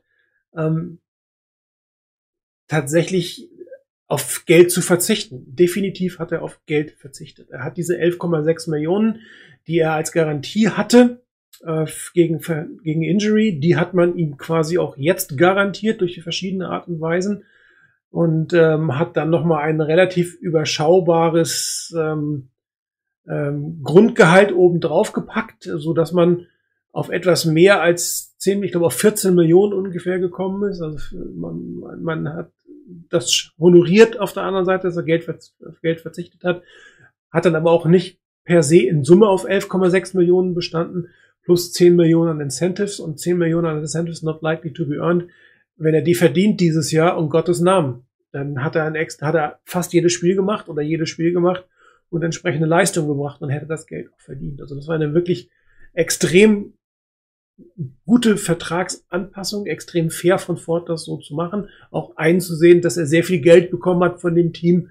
tatsächlich auf Geld zu verzichten. Definitiv hat er auf Geld verzichtet. Er hat diese 11,6 Millionen, die er als Garantie hatte gegen Injury, die hat man ihm quasi auch jetzt garantiert durch die verschiedenen Art und Weisen und hat dann nochmal ein relativ überschaubares Grundgehalt oben drauf gepackt, so dass man auf etwas mehr als 10, ich glaube auf 14 Millionen ungefähr gekommen ist. Also man hat das honoriert auf der anderen Seite, dass er auf Geld verzichtet hat, hat dann aber auch nicht per se in Summe auf 11,6 Millionen bestanden, plus 10 Millionen an Incentives und 10 Millionen an Incentives not likely to be earned. Wenn er die verdient dieses Jahr, um Gottes Namen, dann hat er fast jedes Spiel gemacht und entsprechende Leistung gebracht und hätte das Geld auch verdient. Also das war eine wirklich extrem gute Vertragsanpassung, extrem fair von Ford, das so zu machen, auch einzusehen, dass er sehr viel Geld bekommen hat von dem Team,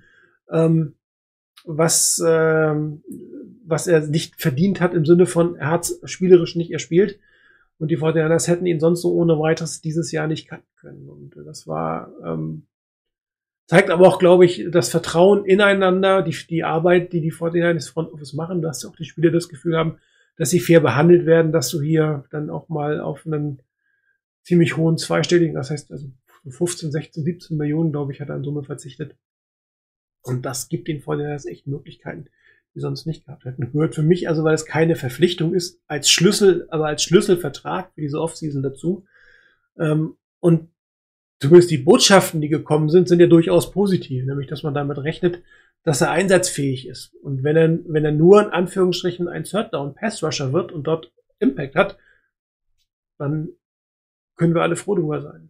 was er nicht verdient hat im Sinne von, er hat es spielerisch nicht erspielt und die 49ers hätten ihn sonst so ohne weiteres dieses Jahr nicht cutten können. Und das war zeigt aber auch, glaube ich, das Vertrauen ineinander, die Arbeit, die 49ers Front Office machen, dass auch die Spieler das Gefühl haben, dass sie fair behandelt werden, dass du hier dann auch mal auf einen ziemlich hohen zweistelligen, das heißt also 15, 16, 17 Millionen, glaube ich, hat er in Summe verzichtet. Und das gibt den 49ers echt Möglichkeiten, die sonst nicht gehabt hätten. Gehört für mich also, weil es keine Verpflichtung ist, als Schlüsselvertrag für diese Offseason dazu. Und zumindest die Botschaften, die gekommen sind, sind ja durchaus positiv, nämlich, dass man damit rechnet, dass er einsatzfähig ist. Und wenn er nur in Anführungsstrichen ein Third-Down-Pass-Rusher wird und dort Impact hat, dann können wir alle froh drüber sein.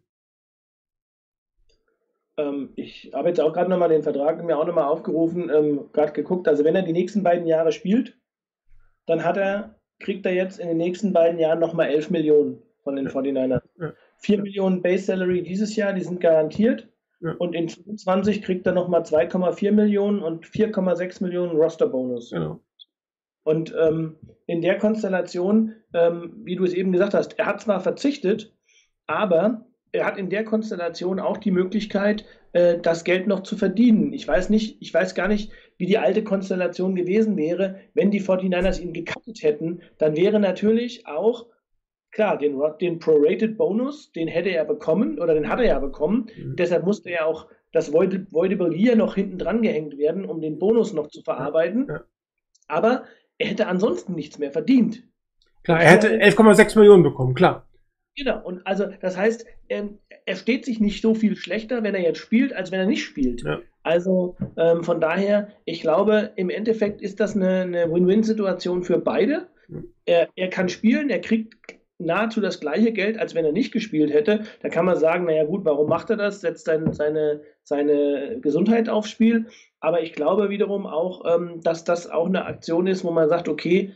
Ich habe jetzt auch gerade nochmal den Vertrag mir auch nochmal aufgerufen, gerade geguckt. Also wenn er die nächsten beiden Jahre spielt, dann kriegt er jetzt in den nächsten beiden Jahren nochmal 11 Millionen von den 49ers. Ja. 4 Millionen Base Salary dieses Jahr, die sind garantiert. Ja. Und in 2020 kriegt er nochmal 2,4 Millionen und 4,6 Millionen Roster-Bonus. Genau. Und in der Konstellation, wie du es eben gesagt hast, er hat zwar verzichtet, aber er hat in der Konstellation auch die Möglichkeit, das Geld noch zu verdienen. Ich weiß gar nicht, wie die alte Konstellation gewesen wäre, wenn die 49ers ihn gecuttet hätten. Dann wäre natürlich auch klar, den Prorated Bonus, den hätte er bekommen, oder den hat er ja bekommen. Deshalb musste ja auch das Voidable Year noch hinten dran gehängt werden, um den Bonus noch zu verarbeiten. Ja. Aber er hätte ansonsten nichts mehr verdient. Klar, er hätte 11,6 Millionen bekommen, klar. Genau, und also das heißt, er steht sich nicht so viel schlechter, wenn er jetzt spielt, als wenn er nicht spielt. Ja. Also von daher, ich glaube, im Endeffekt ist das eine Win-Win-Situation für beide. Er kann spielen, er kriegt nahezu das gleiche Geld, als wenn er nicht gespielt hätte. Da kann man sagen, naja gut, warum macht er das? Setzt seine Gesundheit aufs Spiel. Aber ich glaube wiederum auch, dass das auch eine Aktion ist, wo man sagt, okay,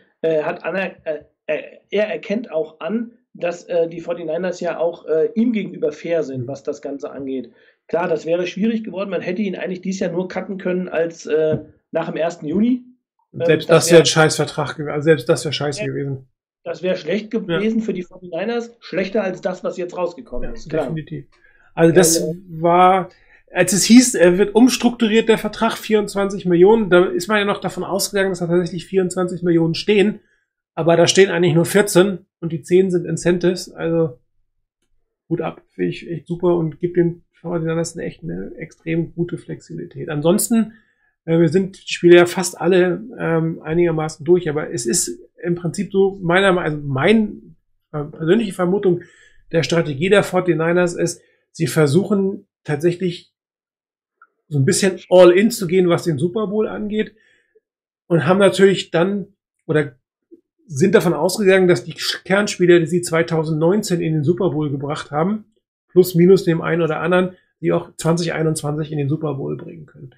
er erkennt auch an, dass die 49ers ja auch ihm gegenüber fair sind, was das Ganze angeht. Klar, das wäre schwierig geworden. Man hätte ihn eigentlich dieses Jahr nur cutten können als nach dem 1. Juni. Selbst das wäre ein Scheißvertrag gewesen. Also selbst das wäre scheiße gewesen. Das wäre schlecht gewesen für die 49ers. Schlechter als das, was jetzt rausgekommen ist. Klar. Definitiv. Also das war, als es hieß, er wird umstrukturiert, der Vertrag, 24 Millionen, da ist man ja noch davon ausgegangen, dass da tatsächlich 24 Millionen stehen. Aber da stehen eigentlich nur 14 und die 10 sind Incentives. Also gut ab, finde ich echt super und gibt den 49ers eine extrem gute Flexibilität. Ansonsten, wir sind die Spiele ja fast alle einigermaßen durch, aber es ist im Prinzip so, meine persönliche Vermutung der Strategie der 49ers ist, sie versuchen tatsächlich so ein bisschen all-in zu gehen, was den Super Bowl angeht und haben natürlich dann, oder sind davon ausgegangen, dass die Kernspieler, die sie 2019 in den Super Bowl gebracht haben, plus minus dem einen oder anderen, die auch 2021 in den Super Bowl bringen können.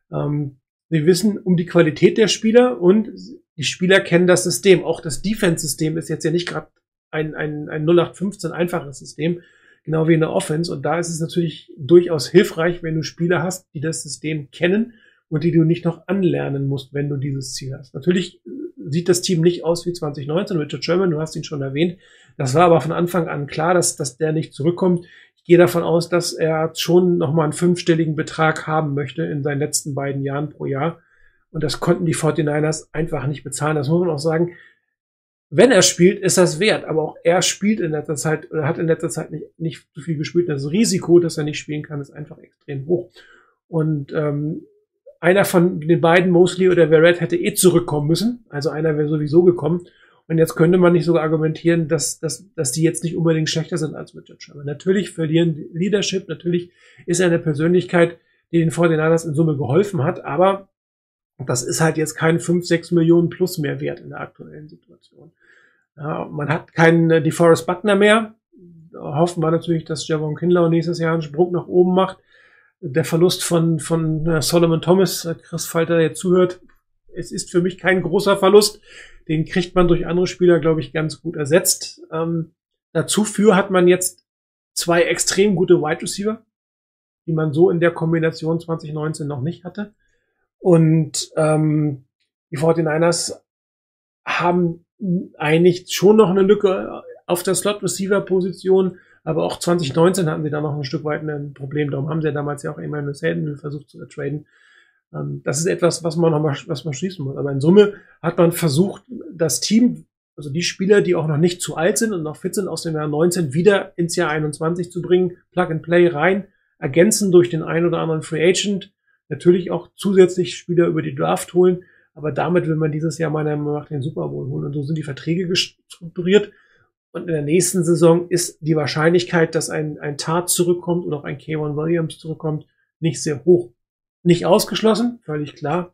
Wir wissen um die Qualität der Spieler und die Spieler kennen das System. Auch das Defense-System ist jetzt ja nicht gerade ein 0815 einfaches System, genau wie in der Offense. Und da ist es natürlich durchaus hilfreich, wenn du Spieler hast, die das System kennen und die du nicht noch anlernen musst, wenn du dieses Ziel hast. Natürlich sieht das Team nicht aus wie 2019. Richard Sherman, du hast ihn schon erwähnt. Das war aber von Anfang an klar, dass der nicht zurückkommt. Ich gehe davon aus, dass er schon nochmal einen 5-stelligen Betrag haben möchte in seinen letzten beiden Jahren pro Jahr. Und das konnten die 49ers einfach nicht bezahlen. Das muss man auch sagen. Wenn er spielt, ist das wert. Aber auch er spielt in letzter Zeit, oder hat in letzter Zeit nicht so viel gespielt. Das Risiko, dass er nicht spielen kann, ist einfach extrem hoch. Und einer von den beiden, Mosley oder Verrett, hätte zurückkommen müssen. Also einer wäre sowieso gekommen. Und jetzt könnte man nicht sogar argumentieren, dass die jetzt nicht unbedingt schlechter sind als Richard Sherman. Natürlich verlieren die Leadership, natürlich ist er eine Persönlichkeit, die den 49ers in Summe geholfen hat, aber das ist halt jetzt kein 5-6 Millionen plus mehr wert in der aktuellen Situation. Ja, man hat keinen DeForest Buckner mehr. Da hoffen wir natürlich, dass Javon Kinlaw nächstes Jahr einen Sprung nach oben macht. Der Verlust von Solomon Thomas, Chris Falter, der zuhört, es ist für mich kein großer Verlust. Den kriegt man durch andere Spieler, glaube ich, ganz gut ersetzt. Dazu hat man jetzt 2 extrem gute Wide Receiver, die man so in der Kombination 2019 noch nicht hatte. Und die 49ers haben eigentlich schon noch eine Lücke auf der Slot-Receiver-Position, aber auch 2019 hatten sie da noch ein Stück weit ein Problem. Darum haben sie ja damals ja auch Emmanuel Sanders versucht zu traden. Das ist etwas, was man schließen muss. Aber in Summe hat man versucht, das Team, also die Spieler, die auch noch nicht zu alt sind und noch fit sind, aus dem Jahr 19 wieder ins Jahr 21 zu bringen, Plug and Play rein, ergänzen durch den einen oder anderen Free Agent, natürlich auch zusätzlich Spieler über die Draft holen, aber damit will man dieses Jahr meiner Meinung nach den Super Bowl holen. Und so sind die Verträge strukturiert. Und in der nächsten Saison ist die Wahrscheinlichkeit, dass ein Tart zurückkommt und auch ein K'Waun Williams zurückkommt, nicht sehr hoch. Nicht ausgeschlossen, völlig klar.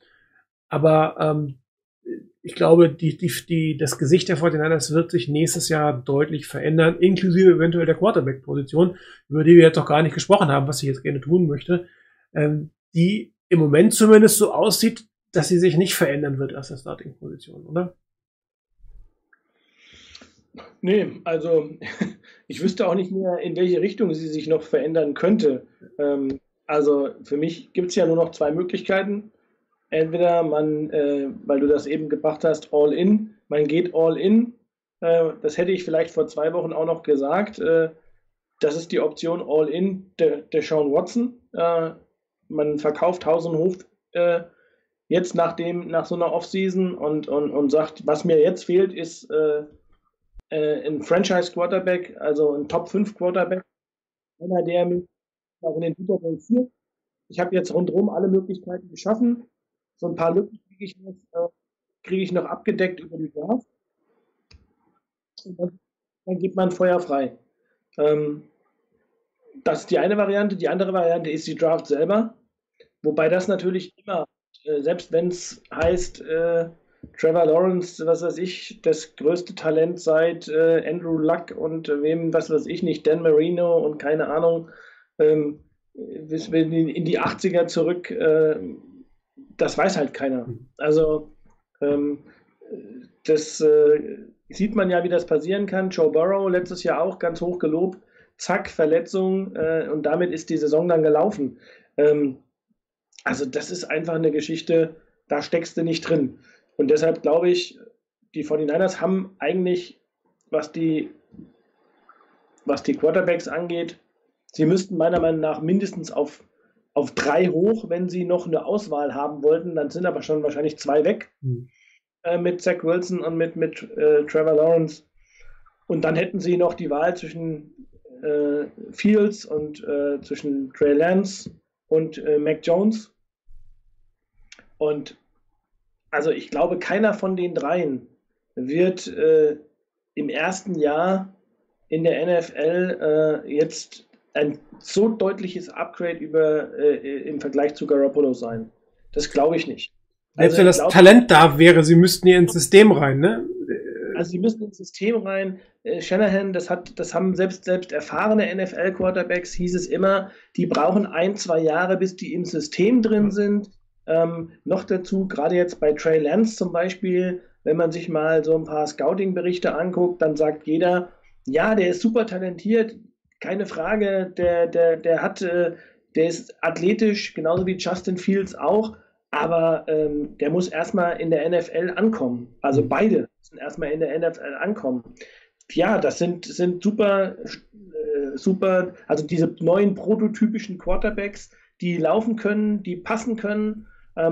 Aber ich glaube, das Gesicht der 49ers wird sich nächstes Jahr deutlich verändern, inklusive eventuell der Quarterback-Position, über die wir jetzt doch gar nicht gesprochen haben, was ich jetzt gerne tun möchte, die im Moment zumindest so aussieht, dass sie sich nicht verändern wird aus der Starting-Position, oder? Nee, also ich wüsste auch nicht mehr, in welche Richtung sie sich noch verändern könnte. Also für mich gibt es ja nur noch 2 Möglichkeiten. Entweder man, weil du das eben gebracht hast, all in, man geht all in. Das hätte ich vielleicht vor 2 Wochen auch noch gesagt. Das ist die Option all in, Deshaun Watson. Man verkauft Haus und Hof jetzt nach so einer Offseason und sagt, was mir jetzt fehlt, ist ein Franchise-Quarterback, also ein Top-5-Quarterback, einer, der mich auch in den Super Bowl führt. Ich habe jetzt rundherum alle Möglichkeiten geschaffen. So ein paar Lücken kriege ich noch abgedeckt über die Draft. Und dann gibt man Feuer frei. Das ist die eine Variante. Die andere Variante ist die Draft selber. Wobei das natürlich immer, selbst wenn es heißt, Trevor Lawrence, was weiß ich, das größte Talent seit Andrew Luck und wem, was weiß ich nicht, Dan Marino und keine Ahnung, in die 80er zurück, das weiß halt keiner. Also das sieht man ja, wie das passieren kann. Joe Burrow letztes Jahr auch ganz hoch gelobt, zack, Verletzung und damit ist die Saison dann gelaufen. Also das ist einfach eine Geschichte, da steckst du nicht drin. Und deshalb glaube ich, die 49ers haben eigentlich, was die Quarterbacks angeht, sie müssten meiner Meinung nach mindestens auf 3 hoch, wenn sie noch eine Auswahl haben wollten. Dann sind aber schon wahrscheinlich 2 weg mit Zach Wilson und mit Trevor Lawrence. Und dann hätten sie noch die Wahl zwischen Fields und zwischen Trey Lance und Mac Jones. Und also ich glaube, keiner von den dreien wird im ersten Jahr in der NFL jetzt ein so deutliches Upgrade im Vergleich zu Garoppolo sein. Das glaube ich nicht. Selbst wenn das Talent da wäre, sie müssten hier ins System rein, ne? Also sie müssen ins System rein. Shanahan, das haben selbst erfahrene NFL-Quarterbacks, hieß es immer, die brauchen 1-2 Jahre, bis die im System drin sind. Noch dazu, gerade jetzt bei Trey Lance zum Beispiel, wenn man sich mal so ein paar Scouting-Berichte anguckt, dann sagt jeder, ja, der ist super talentiert, keine Frage, der ist athletisch, genauso wie Justin Fields auch, aber der muss erstmal in der NFL ankommen. Also beide müssen erstmal in der NFL ankommen. Ja, das sind super, also diese neuen prototypischen Quarterbacks, die laufen können, die passen können.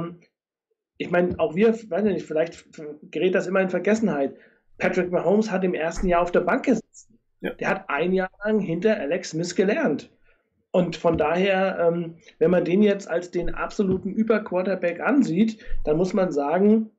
Ich meine, auch wir, weiß nicht, vielleicht gerät das immer in Vergessenheit. Patrick Mahomes hat im ersten Jahr auf der Bank gesessen. Ja. Der hat 1 Jahr lang hinter Alex Smith gelernt. Und von daher, wenn man den jetzt als den absoluten Überquarterback ansieht, dann muss man sagen,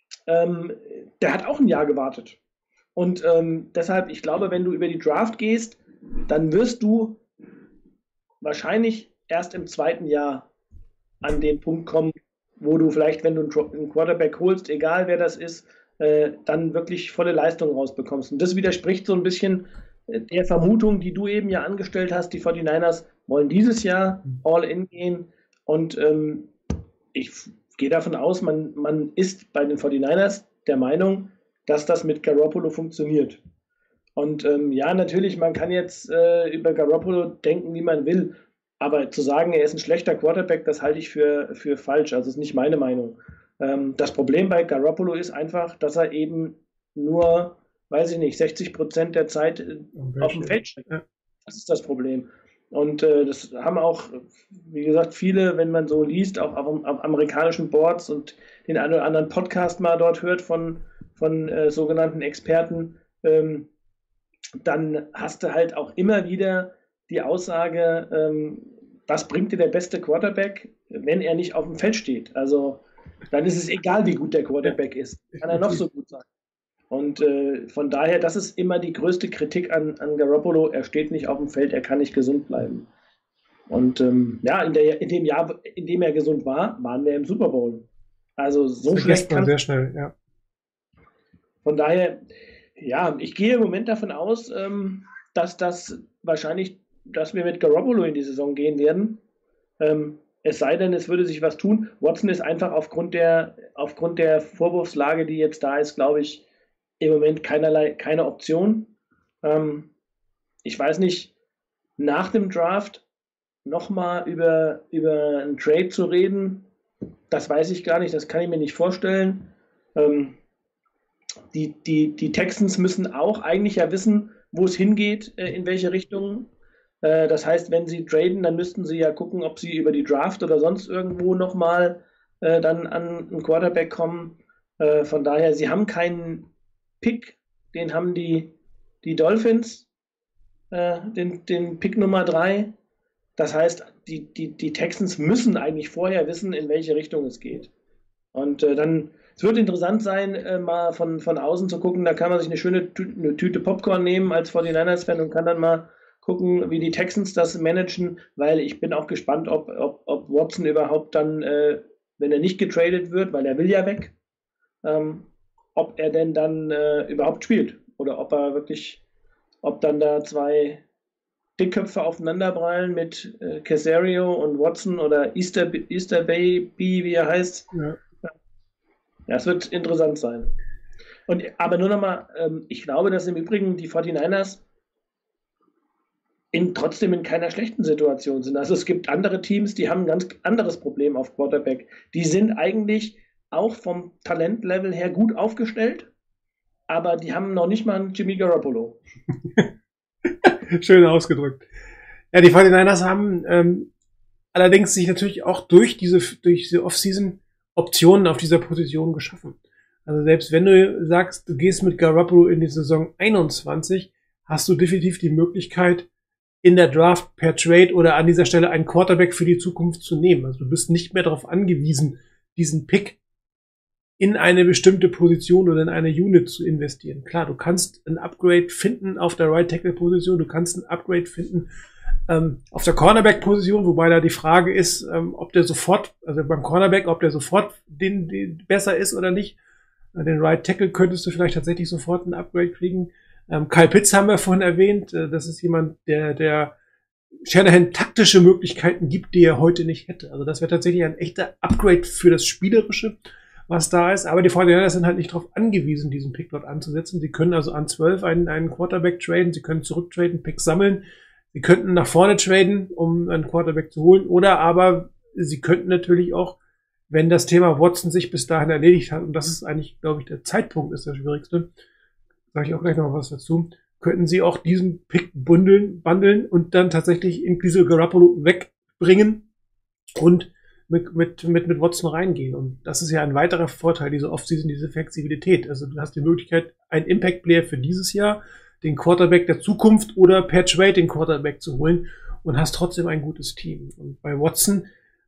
der hat auch 1 Jahr gewartet. Und deshalb, ich glaube, wenn du über die Draft gehst, dann wirst du wahrscheinlich erst im 2. Jahr an den Punkt kommen, wo du vielleicht, wenn du einen Quarterback holst, egal wer das ist, dann wirklich volle Leistung rausbekommst. Und das widerspricht so ein bisschen der Vermutung, die du eben ja angestellt hast, die 49ers wollen dieses Jahr All-In gehen. Und ich gehe davon aus, man ist bei den 49ers der Meinung, dass das mit Garoppolo funktioniert. Und ja, natürlich, man kann jetzt über Garoppolo denken, wie man will. Aber zu sagen, er ist ein schlechter Quarterback, das halte ich für falsch. Also das ist nicht meine Meinung. Das Problem bei Garoppolo ist einfach, dass er eben nur, weiß ich nicht, 60% der Zeit auf dem Feld steht. Das ist das Problem. Und das haben auch, wie gesagt, viele, wenn man so liest, auch auf amerikanischen Boards und den einen oder anderen Podcast mal dort hört von sogenannten Experten, dann hast du halt auch immer wieder die Aussage, was bringt dir der beste Quarterback, wenn er nicht auf dem Feld steht? Also dann ist es egal, wie gut der Quarterback ist. Kann er noch so gut sein. Und von daher, das ist immer die größte Kritik an Garoppolo. Er steht nicht auf dem Feld, er kann nicht gesund bleiben. Und ja, in dem Jahr, in dem er gesund war, waren wir im Super Bowl. Also so schlecht kann sehr schnell, ja. Von daher, ja, ich gehe im Moment davon aus, dass wir mit Garoppolo in die Saison gehen werden. Es sei denn, es würde sich was tun. Watson ist einfach aufgrund der Vorwurfslage, die jetzt da ist, glaube ich, im Moment keine Option. Ich weiß nicht, nach dem Draft nochmal über einen Trade zu reden, das weiß ich gar nicht, das kann ich mir nicht vorstellen. Die Texans müssen auch eigentlich ja wissen, wo es hingeht, in welche Richtung. Das heißt, wenn sie traden, dann müssten sie ja gucken, ob sie über die Draft oder sonst irgendwo nochmal dann an einen Quarterback kommen. Von daher, sie haben keinen Pick, den haben die die Dolphins den Pick Nummer 3. Das heißt, die Texans müssen eigentlich vorher wissen, in welche Richtung es geht. Und dann, es wird interessant sein, mal von außen zu gucken, da kann man sich eine Tüte Popcorn nehmen als 49ers-Fan und kann dann mal gucken, wie die Texans das managen, weil ich bin auch gespannt, ob Watson überhaupt dann, wenn er nicht getradet wird, weil er will ja weg, ob er denn dann überhaupt spielt oder ob dann da zwei Dickköpfe aufeinanderprallen mit Caserio und Watson oder Easter Baby, wie er heißt. Ja. Ja, es wird interessant sein. Aber nur nochmal, ich glaube, dass im Übrigen die 49ers trotzdem in keiner schlechten Situation sind. Also es gibt andere Teams, die haben ein ganz anderes Problem auf Quarterback. Die sind eigentlich auch vom Talentlevel her gut aufgestellt, aber die haben noch nicht mal einen Jimmy Garoppolo. Schön ausgedrückt. Ja, die 49ers haben allerdings sich natürlich auch durch diese Offseason Optionen auf dieser Position geschaffen. Also selbst wenn du sagst, du gehst mit Garoppolo in die Saison 21, hast du definitiv die Möglichkeit, in der Draft per Trade oder an dieser Stelle einen Quarterback für die Zukunft zu nehmen. Also du bist nicht mehr darauf angewiesen, diesen Pick in eine bestimmte Position oder in eine Unit zu investieren. Klar, du kannst ein Upgrade finden auf der Right-Tackle-Position, du kannst ein Upgrade finden auf der Cornerback-Position, wobei da die Frage ist, ob der sofort, also beim Cornerback, ob der sofort den besser ist oder nicht. Den Right-Tackle könntest du vielleicht tatsächlich sofort ein Upgrade kriegen. Kyle Pitts haben wir vorhin erwähnt. Das ist jemand, der Shanahan taktische Möglichkeiten gibt, die er heute nicht hätte. Also das wäre tatsächlich ein echter Upgrade für das Spielerische, was da ist. Aber die 49ers sind halt nicht darauf angewiesen, diesen Pick dort anzusetzen. Sie können also an 12 einen Quarterback traden, sie können zurücktraden, Picks sammeln. Sie könnten nach vorne traden, um einen Quarterback zu holen. Oder aber sie könnten natürlich auch, wenn das Thema Watson sich bis dahin erledigt hat, und das ist eigentlich, glaube ich, der Zeitpunkt ist der schwierigste, sage ich auch gleich noch was dazu, könnten sie auch diesen Pick bundeln und dann tatsächlich inklusive Garoppolo wegbringen und mit Watson reingehen. Und das ist ja ein weiterer Vorteil, diese Offseason, diese Flexibilität. Also du hast die Möglichkeit, einen Impact-Player für dieses Jahr, den Quarterback der Zukunft oder per Trade den Quarterback zu holen und hast trotzdem ein gutes Team. Und bei Watson,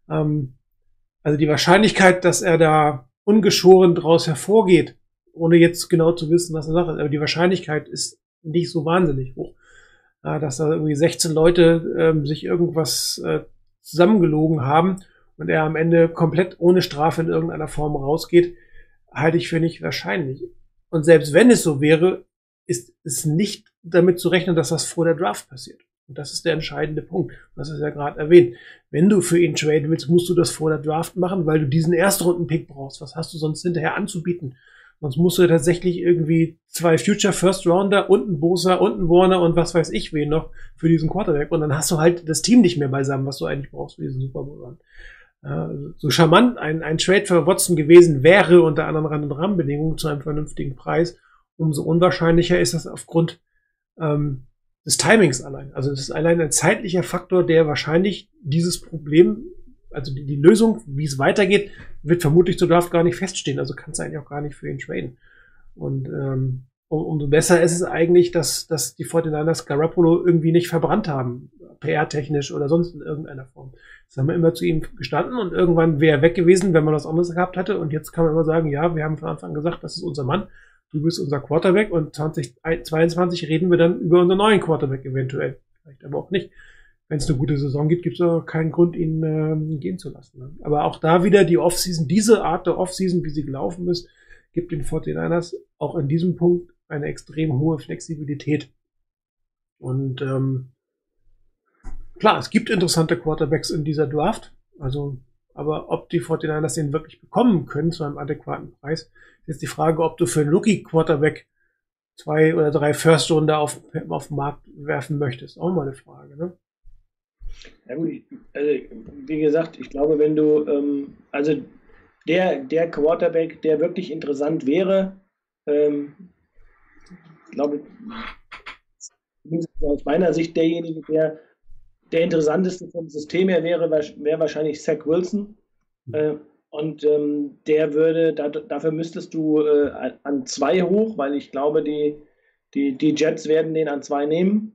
also die Wahrscheinlichkeit, dass er da ungeschoren draus hervorgeht, ohne jetzt genau zu wissen, was er sagt, aber die Wahrscheinlichkeit ist nicht so wahnsinnig hoch, dass da irgendwie 16 Leute sich irgendwas zusammengelogen haben und er am Ende komplett ohne Strafe in irgendeiner Form rausgeht, halte ich für nicht wahrscheinlich. Und selbst wenn es so wäre, ist es nicht damit zu rechnen, dass das vor der Draft passiert. Und das ist der entscheidende Punkt. Das ist ja gerade erwähnt. Wenn du für ihn traden willst, musst du das vor der Draft machen, weil du diesen Erstrunden-Pick brauchst. Was hast du sonst hinterher anzubieten? Sonst musst du tatsächlich irgendwie 2 Future First Rounder und einen Bosa und einen Warner und was weiß ich wen noch für diesen Quarterback. Und dann hast du halt das Team nicht mehr beisammen, was du eigentlich brauchst für diesen Super Bowl. So charmant ein Trade für Watson gewesen wäre, unter anderen Rand- und Rahmenbedingungen zu einem vernünftigen Preis, umso unwahrscheinlicher ist das aufgrund des Timings allein. Also das ist allein ein zeitlicher Faktor, der wahrscheinlich dieses Problem, also die Lösung, wie es weitergeht, wird vermutlich zur Draft gar nicht feststehen. Also kannst du eigentlich auch gar nicht für ihn traden. Und umso besser ist es eigentlich, dass die 49ers Garoppolo irgendwie nicht verbrannt haben, PR-technisch oder sonst in irgendeiner Form. Das haben wir immer zu ihm gestanden und irgendwann wäre er weg gewesen, wenn man was anderes gehabt hätte. Und jetzt kann man immer sagen, ja, wir haben von Anfang an gesagt, das ist unser Mann. Du bist unser Quarterback und 2022 reden wir dann über unseren neuen Quarterback eventuell. Vielleicht aber auch nicht. Wenn es eine gute Saison gibt, gibt es auch keinen Grund, ihn gehen zu lassen. Ne? Aber auch da wieder die Offseason, diese Art der Offseason, wie sie gelaufen ist, gibt den 49ers auch in diesem Punkt eine extrem hohe Flexibilität. Und klar, es gibt interessante Quarterbacks in dieser Draft. Also, aber ob die 49ers den wirklich bekommen können zu einem adäquaten Preis, ist jetzt die Frage, ob du für einen Rookie-Quarterback 2 oder 3 First-Runder auf den Markt werfen möchtest. Auch mal eine Frage, ne? Ja gut, also, wie gesagt, ich glaube, wenn du, also der Quarterback, der wirklich interessant wäre, ich glaube, aus meiner Sicht derjenige, der interessanteste vom System her wäre wahrscheinlich Zach Wilson. Und der würde, dafür müsstest du an 2 hoch, weil ich glaube, Die Jets werden den an 2 nehmen.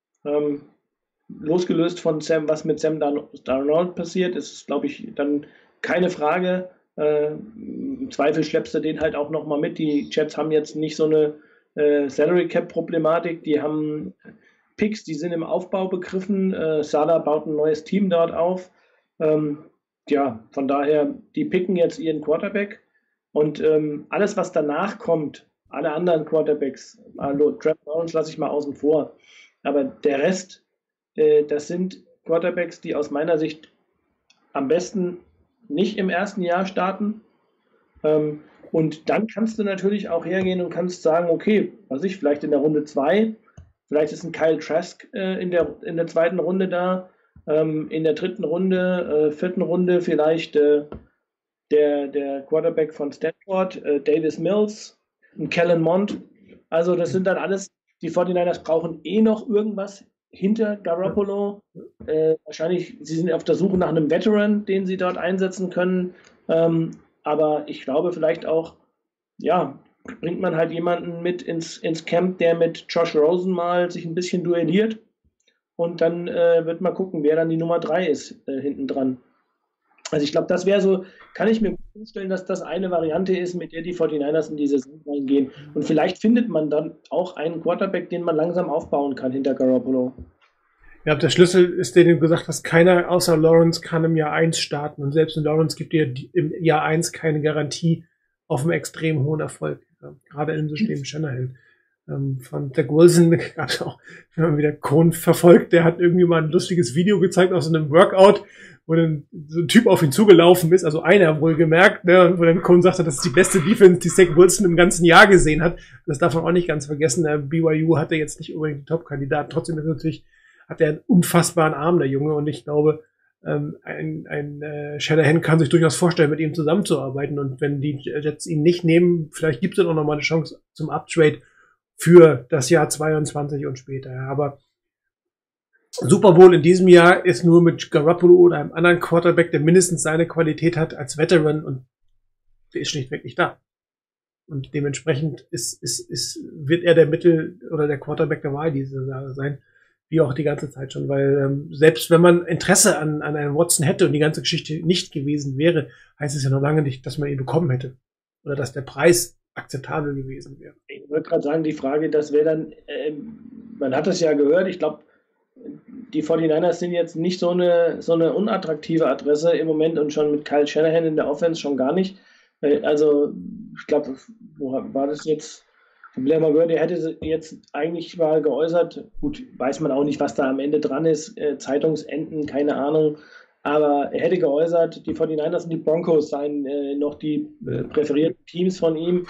Losgelöst von Sam, was mit Sam Darnold passiert, ist, glaube ich, dann keine Frage. Im Zweifel schleppst du den halt auch nochmal mit. Die Jets haben jetzt nicht so eine Salary Cap Problematik. Die haben Picks, die sind im Aufbau begriffen. Sada baut ein neues Team dort auf. Ja, von daher, die picken jetzt ihren Quarterback. Und alles, was danach kommt, alle anderen Quarterbacks, Trevor Lawrence lasse ich mal außen vor. Aber der Rest, das sind Quarterbacks, die aus meiner Sicht am besten nicht im ersten Jahr starten. Und dann kannst du natürlich auch hergehen und kannst sagen, okay, vielleicht in der Runde 2, vielleicht ist ein Kyle Trask in der zweiten Runde da, in der dritten Runde, vierten Runde vielleicht der Quarterback von Stanford, Davis Mills, ein Kellen Mond. Also das sind dann alles, die 49ers brauchen noch irgendwas hinter Garoppolo. Wahrscheinlich, sie sind auf der Suche nach einem Veteran, den sie dort einsetzen können. Aber ich glaube vielleicht auch, ja, bringt man halt jemanden mit ins Camp, der mit Josh Rosen mal sich ein bisschen duelliert. Und dann wird man gucken, wer dann die Nummer 3 ist hinten dran. Also ich glaube, das wäre so, kann ich mir vorstellen, dass das eine Variante ist, mit der die 49ers in die Saison reingehen. Und vielleicht findet man dann auch einen Quarterback, den man langsam aufbauen kann hinter Garoppolo. Ja, der Schlüssel ist, den du gesagt hast, keiner außer Lawrence kann im Jahr 1 starten. Und selbst in Lawrence gibt dir im Jahr 1 keine Garantie auf einen extrem hohen Erfolg. Ja, gerade im System Shanahan. Von Zach Wilson gab es auch, wenn man wieder Cohn verfolgt, der hat irgendwie mal ein lustiges Video gezeigt aus einem Workout, wo dann so ein Typ auf ihn zugelaufen ist, also einer wohlgemerkt, ne, wo dann Cohn sagte, das ist die beste Defense, die Zach Wilson im ganzen Jahr gesehen hat. Das darf man auch nicht ganz vergessen. Der BYU hatte jetzt nicht unbedingt die Top-Kandidaten. Trotzdem ist natürlich, hat er einen unfassbaren Arm, der Junge, und ich glaube, ein Shanahan kann sich durchaus vorstellen, mit ihm zusammenzuarbeiten, und wenn die Jets ihn nicht nehmen, vielleicht gibt es dann auch nochmal eine Chance zum Uptrade für das Jahr 22 und später. Ja, aber Super Bowl in diesem Jahr ist nur mit Garoppolo oder einem anderen Quarterback, der mindestens seine Qualität hat als Veteran, und der ist schlichtweg nicht da. Und dementsprechend wird er der Mittel- oder der Quarterback der Wahl diese Sache sein, wie auch die ganze Zeit schon, weil selbst wenn man Interesse an einem Watson hätte und die ganze Geschichte nicht gewesen wäre, heißt es ja noch lange nicht, dass man ihn bekommen hätte oder dass der Preis akzeptabel gewesen wäre. Ich wollte gerade sagen, die Frage, das wäre dann, man hat das ja gehört, ich glaube, die 49ers sind jetzt nicht so eine unattraktive Adresse im Moment, und schon mit Kyle Shanahan in der Offense schon gar nicht. Also, ich glaube, wo war das jetzt? Ich habe mal gehört, er hätte jetzt eigentlich mal geäußert, gut, weiß man auch nicht, was da am Ende dran ist, Zeitungsenden, keine Ahnung, aber er hätte geäußert, die 49ers und die Broncos seien noch die präferierten Teams von ihm.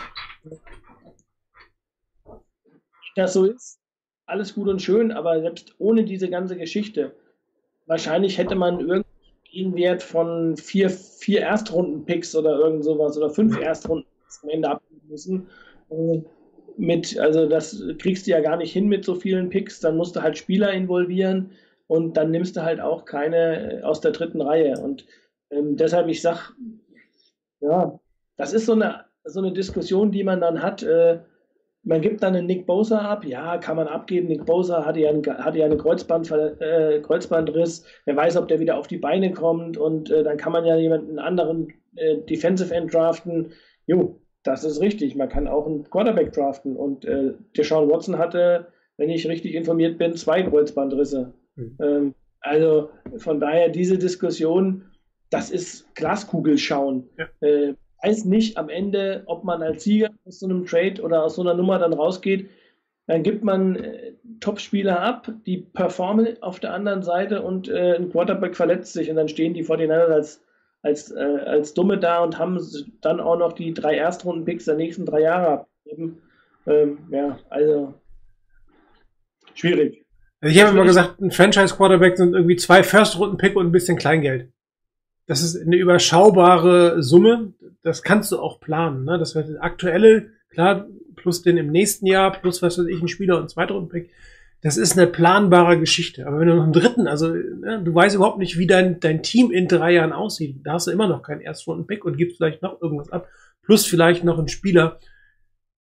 Das so ist, alles gut und schön, aber selbst ohne diese ganze Geschichte, wahrscheinlich hätte man irgendeinen Wert von 4 Erstrunden-Picks oder irgend sowas oder 5 Erstrunden-Picks am Ende abgeben müssen. Also das kriegst du ja gar nicht hin mit so vielen Picks, dann musst du halt Spieler involvieren und dann nimmst du halt auch keine aus der dritten Reihe. Und deshalb, ich sag, ja, das ist so eine Diskussion, die man dann hat. Man gibt dann einen Nick Bosa ab, ja, kann man abgeben. Nick Bosa hatte ja einen Kreuzbandriss. Wer weiß, ob der wieder auf die Beine kommt, und dann kann man ja jemanden anderen Defensive End draften. Jo, das ist richtig. Man kann auch einen Quarterback draften, und Deshaun Watson hatte, wenn ich richtig informiert bin, 2 Kreuzbandrisse. Also von daher diese Diskussion, das ist Glaskugelschauen. Ja. Weiß nicht am Ende, ob man als Sieger aus so einem Trade oder aus so einer Nummer dann rausgeht. Dann gibt man Top-Spieler ab, die performen auf der anderen Seite, und ein Quarterback verletzt sich, und dann stehen die 49ers als Dumme da und haben dann auch noch die 3 Erstrunden-Picks der nächsten 3 Jahre abgegeben. Ja, also schwierig. Also ich habe immer gesagt, ein Franchise-Quarterback sind irgendwie 2 First-Runden-Pick und ein bisschen Kleingeld. Das ist eine überschaubare Summe. Das kannst du auch planen. Ne? Das wird aktuelle, klar, plus den im nächsten Jahr, plus was weiß ich, ein Spieler und ein Zweitrunden-Pick. Das ist eine planbare Geschichte. Aber wenn du noch einen dritten, also du weißt überhaupt nicht, wie dein Team in 3 Jahren aussieht. Da hast du immer noch keinen Erstrunden-Pick und gibst vielleicht noch irgendwas ab. Plus vielleicht noch einen Spieler.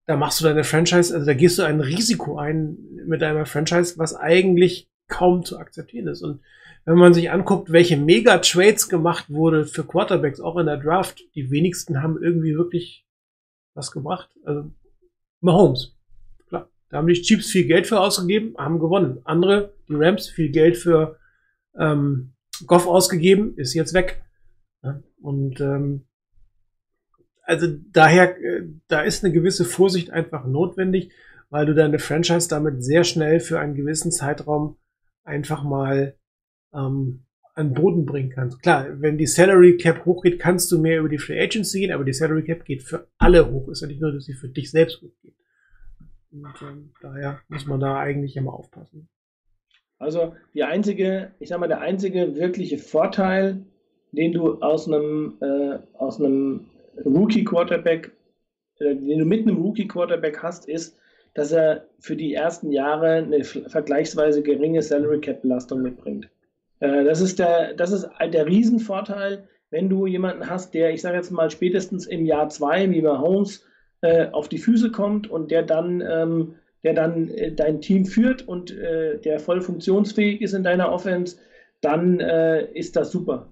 da machst du deine Franchise, also da gehst du ein Risiko ein mit deiner Franchise, was eigentlich kaum zu akzeptieren ist. Und wenn man sich anguckt, welche Mega-Trades gemacht wurde für Quarterbacks, auch in der Draft, die wenigsten haben irgendwie wirklich was gebracht. Also Mahomes, klar, da haben die Chiefs viel Geld für ausgegeben, haben gewonnen. Andere, die Rams, viel Geld für Goff ausgegeben, ist jetzt weg. Ja, und also daher, da ist eine gewisse Vorsicht einfach notwendig, weil du deine Franchise damit sehr schnell für einen gewissen Zeitraum einfach mal an Boden bringen kannst. Klar, wenn die Salary Cap hochgeht, kannst du mehr über die Free Agency gehen, aber die Salary Cap geht für alle hoch. Ist ja nicht nur, dass sie für dich selbst hochgeht. Und daher muss man da eigentlich immer aufpassen. Also der einzige wirkliche Vorteil, den du aus einem Rookie-Quarterback, den du mit einem Rookie-Quarterback hast, ist, dass er für die ersten Jahre eine vergleichsweise geringe Salary-Cap-Belastung mitbringt. Das ist der Riesenvorteil, wenn du jemanden hast, der, ich sage jetzt mal, spätestens im Jahr 2, wie Mahomes, auf die Füße kommt und der dann dein Team führt und der voll funktionsfähig ist in deiner Offense, dann ist das super.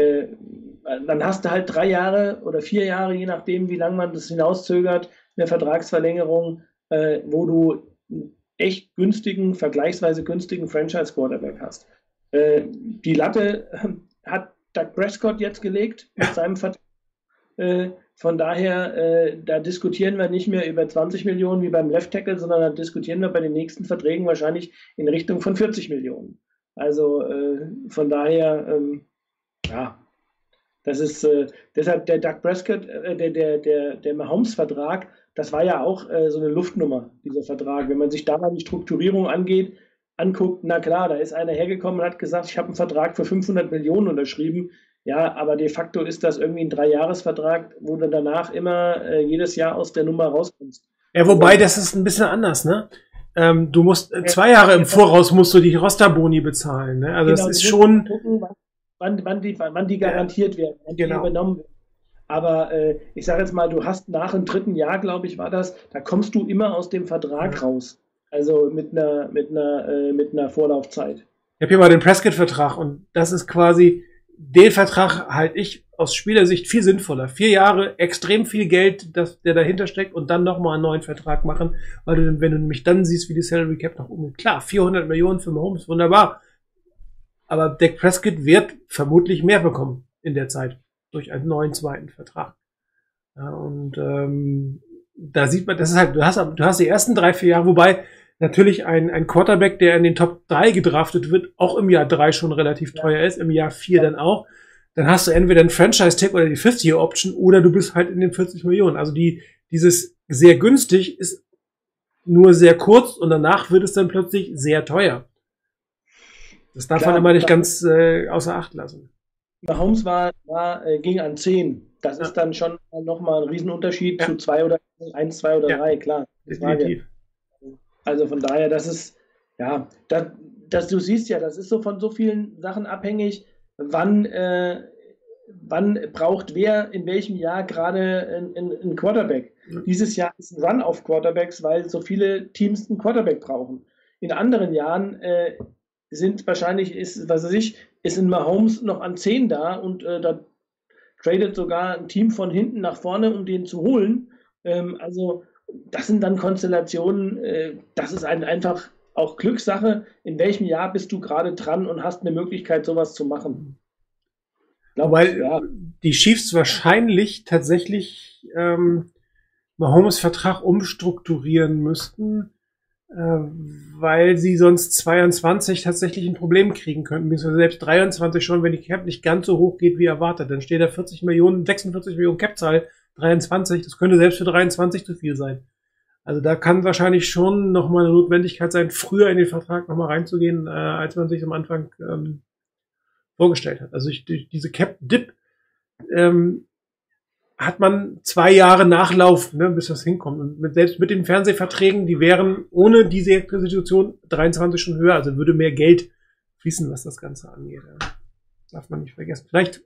Dann hast du halt 3 Jahre oder 4 Jahre, je nachdem, wie lange man das hinauszögert, eine Vertragsverlängerung, wo du einen echt vergleichsweise günstigen Franchise-Quarterback hast. Die Latte hat Dak Prescott jetzt gelegt mit seinem Vertrag. Von daher, da diskutieren wir nicht mehr über 20 Millionen wie beim Left Tackle, sondern da diskutieren wir bei den nächsten Verträgen wahrscheinlich in Richtung von 40 Millionen. Also von daher, ja, das ist deshalb der Dak Prescott, der Mahomes-Vertrag, das war ja auch so eine Luftnummer, dieser Vertrag. Wenn man sich da mal die Strukturierung anguckt, na klar, da ist einer hergekommen und hat gesagt, ich habe einen Vertrag für 500 Millionen unterschrieben. Ja, aber de facto ist das irgendwie ein 3-Jahres-Vertrag, wo du danach immer jedes Jahr aus der Nummer rauskommst. Ja, wobei, das ist ein bisschen anders, ne? Du musst 2 Jahre im Voraus musst du die Rosterboni bezahlen, ne? Also genau, das ist schon gucken, wann die garantiert werden, wann die übernommen werden. Aber ich sage jetzt mal, du hast nach dem 3. Jahr, glaube ich, war das, da kommst du immer aus dem Vertrag raus. Also mit einer Vorlaufzeit. Ich habe hier mal den Prescott-Vertrag und das ist quasi, den Vertrag halte ich aus Spielersicht viel sinnvoller. 4 Jahre, extrem viel Geld, der dahinter steckt und dann nochmal einen neuen Vertrag machen, weil du, wenn du nämlich dann siehst, wie die Salary Cap noch umgeht. Klar, 400 Millionen für Mahomes, wunderbar. Aber Dak Prescott wird vermutlich mehr bekommen in der Zeit durch einen neuen zweiten Vertrag. Ja, und da sieht man, das ist halt, du hast die ersten 3-4 Jahre, wobei natürlich ein Quarterback, der in den Top 3 gedraftet wird, auch im Jahr 3 schon relativ teuer ist, im Jahr 4 dann auch. Dann hast du entweder einen Franchise-Tag oder die 50-Year-Option oder du bist halt in den 40 Millionen. Also dieses sehr günstig ist nur sehr kurz und danach wird es dann plötzlich sehr teuer. Das darf man immer nicht ganz außer Acht lassen. Mahomes ging an 10. Das ist dann schon nochmal ein Riesenunterschied zu 2 oder 1, 2 oder 3, klar. Definitiv. Also von daher, das ist, ja, du siehst ja, das ist so von so vielen Sachen abhängig, wann braucht wer in welchem Jahr gerade ein Quarterback. Dieses Jahr ist ein Run auf Quarterbacks, weil so viele Teams einen Quarterback brauchen. In anderen Jahren ist ein Mahomes noch an 10 da und da tradet sogar ein Team von hinten nach vorne, um den zu holen. Also das sind dann Konstellationen, das ist einfach auch Glückssache, in welchem Jahr bist du gerade dran und hast eine Möglichkeit, sowas zu machen. Weil die Chiefs wahrscheinlich tatsächlich Mahomes Vertrag umstrukturieren müssten, weil sie sonst 22 tatsächlich ein Problem kriegen könnten, beziehungsweise selbst 23 schon, wenn die Cap nicht ganz so hoch geht wie erwartet. Dann steht da 46 Millionen Cap-Zahl, 23, das könnte selbst für 23 zu viel sein. Also da kann wahrscheinlich schon nochmal eine Notwendigkeit sein, früher in den Vertrag nochmal reinzugehen, als man sich am Anfang vorgestellt hat. Also durch diese Cap-Dip hat man 2 Jahre Nachlauf, ne, bis das hinkommt. Und selbst mit den Fernsehverträgen, die wären ohne diese Akquisition 23 schon höher, also würde mehr Geld fließen, was das Ganze angeht. Ja. Darf man nicht vergessen. Vielleicht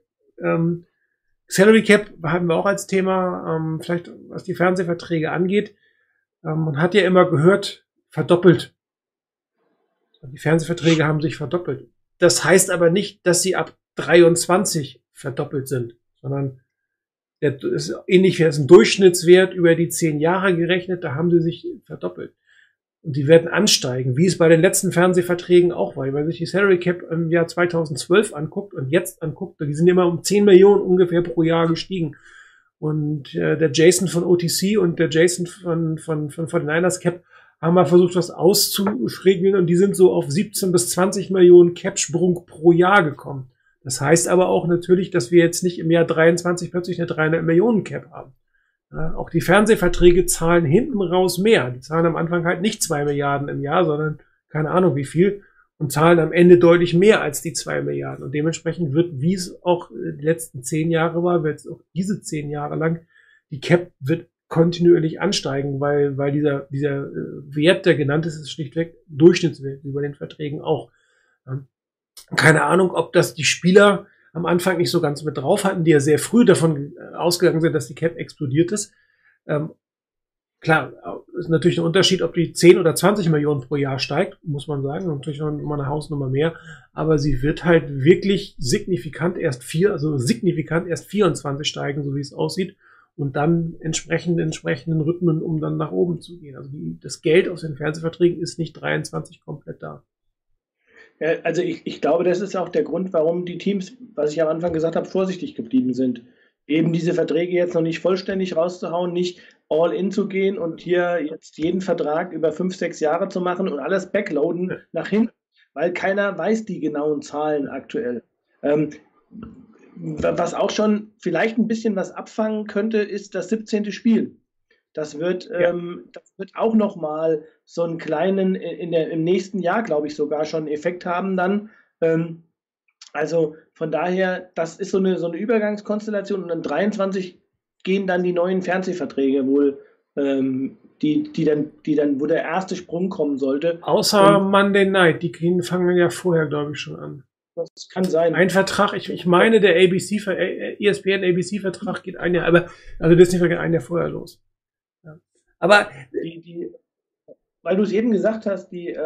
Salary Cap haben wir auch als Thema, vielleicht was die Fernsehverträge angeht. Man hat ja immer gehört, verdoppelt. Die Fernsehverträge haben sich verdoppelt. Das heißt aber nicht, dass sie ab 23 verdoppelt sind, sondern das ist ähnlich wie ein Durchschnittswert über die 10 Jahre gerechnet, da haben sie sich verdoppelt. Und die werden ansteigen, wie es bei den letzten Fernsehverträgen auch war. Wenn man sich die Salary Cap im Jahr 2012 anguckt und jetzt anguckt, die sind immer um 10 Millionen ungefähr pro Jahr gestiegen. Und der Jason von OTC und der Jason von 49ers Cap haben mal versucht, das auszuregeln, und die sind so auf 17 bis 20 Millionen Cap-Sprung pro Jahr gekommen. Das heißt aber auch natürlich, dass wir jetzt nicht im Jahr 23 plötzlich eine 300 Millionen Cap haben. Ja, auch die Fernsehverträge zahlen hinten raus mehr. Die zahlen am Anfang halt nicht 2 Milliarden im Jahr, sondern keine Ahnung wie viel, und zahlen am Ende deutlich mehr als die 2 Milliarden. Und dementsprechend wird, wie es auch die letzten 10 Jahre war, wird es auch diese 10 Jahre lang, die Cap wird kontinuierlich ansteigen, weil dieser Wert, der genannt ist schlichtweg Durchschnittswert, wie bei den Verträgen auch. Keine Ahnung, ob das die Spieler am Anfang nicht so ganz mit drauf hatten, die ja sehr früh davon ausgegangen sind, dass die Cap explodiert ist. Klar, ist natürlich ein Unterschied, ob die 10 oder 20 Millionen pro Jahr steigt, muss man sagen, natürlich noch mal eine Hausnummer mehr, aber sie wird halt wirklich signifikant erst 24 steigen, so wie es aussieht, und dann entsprechenden Rhythmen, um dann nach oben zu gehen. Also das Geld aus den Fernsehverträgen ist nicht 23 komplett da. Ja, also ich glaube, das ist auch der Grund, warum die Teams, was ich am Anfang gesagt habe, vorsichtig geblieben sind. Eben diese Verträge jetzt noch nicht vollständig rauszuhauen, nicht all in zu gehen und hier jetzt jeden Vertrag über 5, 6 Jahre zu machen und alles backloaden nach hinten, weil keiner weiß die genauen Zahlen aktuell. Was auch schon vielleicht ein bisschen was abfangen könnte, ist das 17. Spiel. Das wird auch nochmal so einen kleinen, im nächsten Jahr, glaube ich, sogar schon einen Effekt haben dann. Also von daher, das ist so eine Übergangskonstellation, und dann 23 gehen dann die neuen Fernsehverträge wohl, die dann, wo der erste Sprung kommen sollte. Außer Monday Night, die fangen ja vorher, glaube ich, schon an. Das kann sein. Ein Vertrag, ich meine, der ESPN ABC-Vertrag geht ein Jahr, aber also Disney geht ein Jahr vorher los. Ja. Aber weil du es eben gesagt hast, die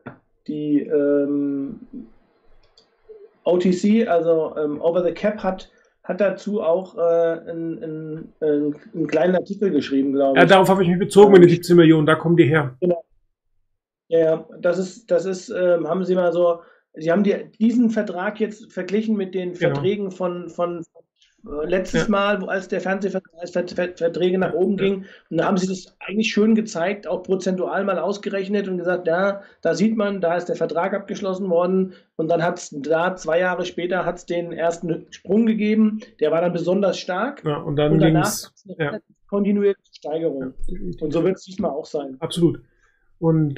OTC, also Over the Cap, hat dazu auch einen kleinen Artikel geschrieben, glaube ich. Ja, darauf habe ich mich bezogen mit den 17 Millionen, da kommen die her. Genau. Ja, das ist, haben sie mal so, sie haben diesen Vertrag jetzt verglichen mit den Verträgen von letztes Mal, als der Fernsehverträge nach oben ging, und da haben sie das eigentlich schön gezeigt, auch prozentual mal ausgerechnet und gesagt, ja, da sieht man, da ist der Vertrag abgeschlossen worden, und dann hat es da 2 Jahre später hat's den ersten Sprung gegeben, der war dann besonders stark, und danach eine kontinuierliche Steigerung. Und so wird es diesmal auch sein. Absolut. Und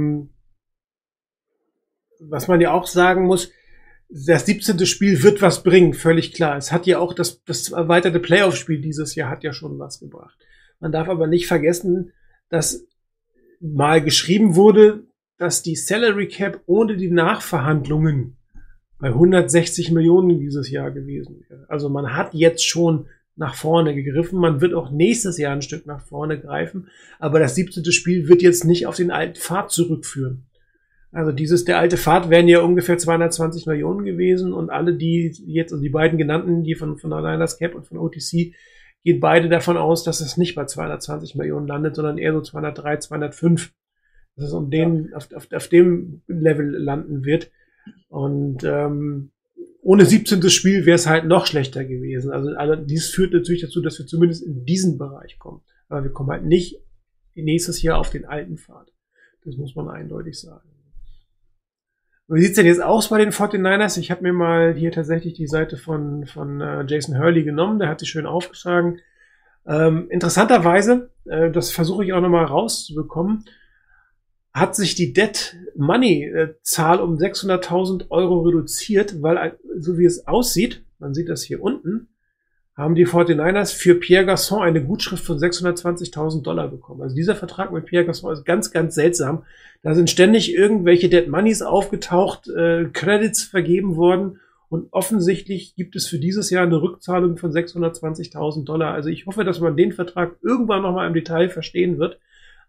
was man ja auch sagen muss, das 17. Spiel wird was bringen, völlig klar. Es hat ja auch das erweiterte Playoff-Spiel dieses Jahr hat ja schon was gebracht. Man darf aber nicht vergessen, dass mal geschrieben wurde, dass die Salary Cap ohne die Nachverhandlungen bei 160 Millionen dieses Jahr gewesen wäre. Also man hat jetzt schon nach vorne gegriffen. Man wird auch nächstes Jahr ein Stück nach vorne greifen. Aber das 17. Spiel wird jetzt nicht auf den alten Pfad zurückführen. Also der alte Pfad wären ja ungefähr 220 Millionen gewesen, und alle, die jetzt, also die beiden genannten, die von Niners Cap und von OTC, gehen beide davon aus, dass es nicht bei 220 Millionen landet, sondern eher so 203, 205. Dass es auf dem Level landen wird. Und ohne 17. Spiel wäre es halt noch schlechter gewesen. Also dies führt natürlich dazu, dass wir zumindest in diesen Bereich kommen. Aber wir kommen halt nicht nächstes Jahr auf den alten Pfad. Das muss man eindeutig sagen. Wie sieht's denn jetzt aus bei den 49ers? Ich habe mir mal hier tatsächlich die Seite von Jason Hurley genommen, der hat sie schön aufgeschlagen. Interessanterweise, das versuche ich auch nochmal rauszubekommen, hat sich die Dead Money Zahl um 600.000 Euro reduziert, weil, so wie es aussieht, man sieht das hier unten, haben die 49ers für Pierre Garçon eine Gutschrift von $620.000 bekommen. Also dieser Vertrag mit Pierre Garçon ist ganz, ganz seltsam. Da sind ständig irgendwelche Dead Moneys aufgetaucht, Credits vergeben worden, und offensichtlich gibt es für dieses Jahr eine Rückzahlung von $620.000. Also ich hoffe, dass man den Vertrag irgendwann nochmal im Detail verstehen wird.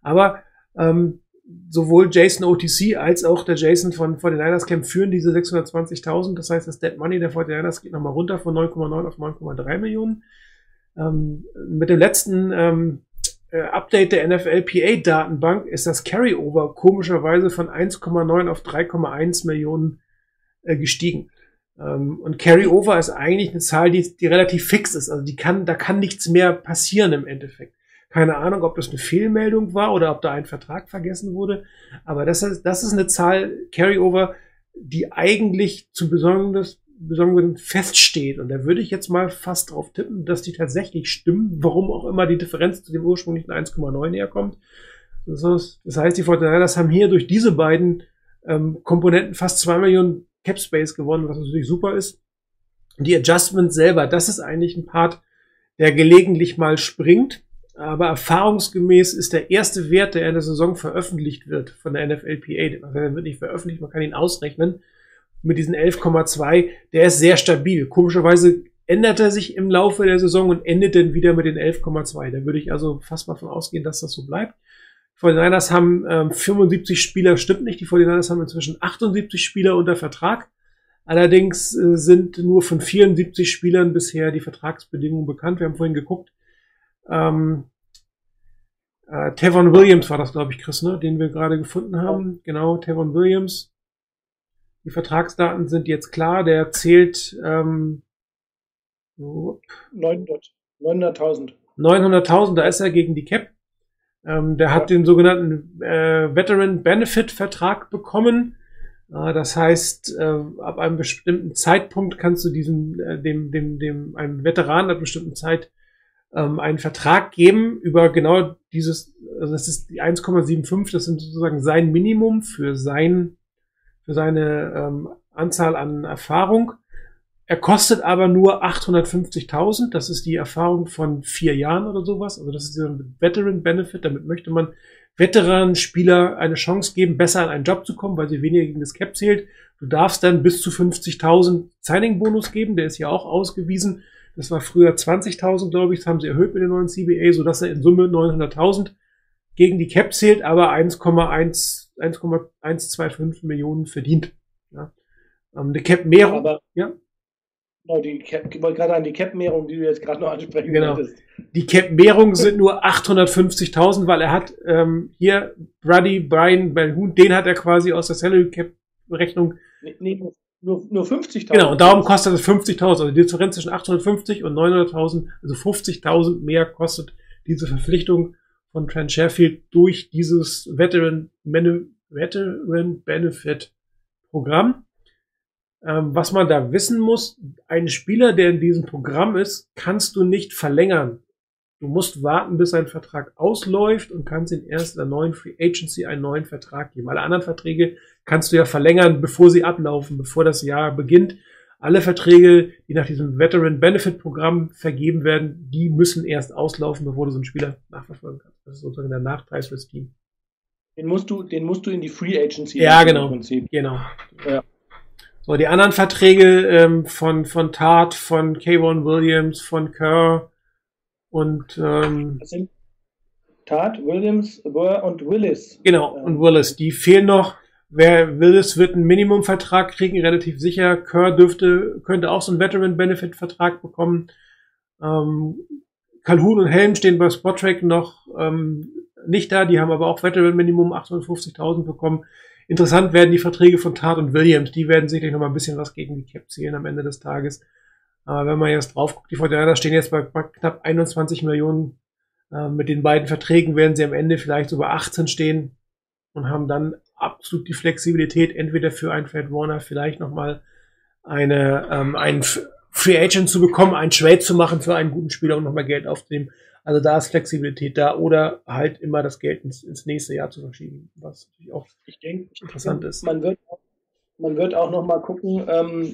Aber sowohl Jason OTC als auch der Jason von 49ers Camp führen diese 620.000. Das heißt, das Dead Money der 49ers geht nochmal runter von 9,9 auf 9,3 Millionen. Mit dem letzten Update der NFLPA-Datenbank ist das Carryover komischerweise von 1,9 auf 3,1 Millionen gestiegen. Und Carryover ist eigentlich eine Zahl, die relativ fix ist. Also da kann nichts mehr passieren im Endeffekt. Keine Ahnung, ob das eine Fehlmeldung war oder ob da ein Vertrag vergessen wurde. Aber das ist eine Zahl, Carryover, die eigentlich zu besonderen feststeht. Und da würde ich jetzt mal fast drauf tippen, dass die tatsächlich stimmen, warum auch immer die Differenz zu dem ursprünglichen 1,9 herkommt. Das heißt, die 49ers haben hier durch diese beiden Komponenten fast 2 Millionen Cap Space gewonnen, was natürlich super ist. Und die Adjustments selber, das ist eigentlich ein Part, der gelegentlich mal springt. Aber erfahrungsgemäß ist der erste Wert, der in der Saison veröffentlicht wird von der NFLPA, der wird nicht veröffentlicht, man kann ihn ausrechnen, mit diesen 11,2, der ist sehr stabil. Komischerweise ändert er sich im Laufe der Saison und endet dann wieder mit den 11,2. Da würde ich also fast mal von ausgehen, dass das so bleibt. Die 49ers haben 75 Spieler, stimmt nicht, die 49ers haben inzwischen 78 Spieler unter Vertrag. Allerdings sind nur von 74 Spielern bisher die Vertragsbedingungen bekannt. Wir haben vorhin geguckt, Tavon Williams war das, glaube ich, Chris, ne, den wir gerade gefunden haben. Genau, Tavon Williams. Die Vertragsdaten sind jetzt klar. Der zählt 900.000. 900.000, da ist er gegen die Cap. Der hat den sogenannten Veteran Benefit Vertrag bekommen. Das heißt, ab einem bestimmten Zeitpunkt kannst du einem Veteran ab einer bestimmten Zeit einen Vertrag geben über genau dieses, also das ist die 1,75, das sind sozusagen sein Minimum für seine Anzahl an Erfahrung. Er kostet aber nur 850.000, das ist die Erfahrung von 4 Jahren oder sowas, also das ist so ein Veteran Benefit, damit möchte man Veteran-Spieler eine Chance geben, besser an einen Job zu kommen, weil sie weniger gegen das Cap zählt. Du darfst dann bis zu 50.000 Signing-Bonus geben, der ist ja auch ausgewiesen. Das war früher 20.000, glaube ich. Das haben sie erhöht mit dem neuen CBA, sodass er in Summe 900.000 gegen die Cap zählt, aber 1,125 Millionen verdient. Ja. Die Cap-Mehrung. Aber ja. Genau, ich wollte gerade an die Cap-Mehrung, die du jetzt gerade noch ansprechen Genau. wolltest. Die Cap-Mehrung sind nur 850.000, weil er hat hier Brian Balhoun, den hat er quasi aus der Salary Cap-Rechnung. Nee, nur 50.000. Genau, und darum kostet es 50.000. Also die Differenz zwischen 850 und 900.000, also 50.000 mehr kostet diese Verpflichtung von Trent Sherfield durch dieses Veteran Benefit Programm. Was man da wissen muss, ein Spieler, der in diesem Programm ist, kannst du nicht verlängern. Du musst warten, bis sein Vertrag ausläuft und kannst ihn erst in der neuen Free Agency einen neuen Vertrag geben. Alle anderen Verträge kannst du ja verlängern, bevor sie ablaufen, bevor das Jahr beginnt. Alle Verträge, die nach diesem Veteran Benefit Programm vergeben werden, die müssen erst auslaufen, bevor du so einen Spieler nachverfolgen kannst. Das ist sozusagen der Nachteil fürs Team. Den musst du in die Free Agency. Ja, genau. Im Prinzip. Genau. Ja. So, die anderen Verträge von Tart, von Kayvon Williams, von Kerr und Das sind Tart, Williams, Burr und Willis. genau, und Willis, die fehlen noch. Willis wird einen Minimumvertrag kriegen, relativ sicher. Kerr könnte auch so einen Veteran-Benefit-Vertrag bekommen. Calhoun und Helm stehen bei Spotrac noch nicht da, die haben aber auch Veteran-Minimum 850.000 bekommen. Interessant werden die Verträge von Tart und Williams, die werden sicherlich noch mal ein bisschen was gegen die Cap zählen am Ende des Tages. Aber wenn man jetzt drauf guckt, die 49ers stehen jetzt bei knapp 21 Millionen. Mit den beiden Verträgen werden sie am Ende vielleicht so bei 18 stehen und haben dann absolut die Flexibilität, entweder für einen Fred Warner vielleicht nochmal einen Free Agent zu bekommen, einen Trade zu machen für einen guten Spieler und nochmal Geld aufzunehmen. Also da ist Flexibilität da oder halt immer das Geld ins nächste Jahr zu verschieben, was natürlich auch interessant ist. Man wird auch noch mal gucken,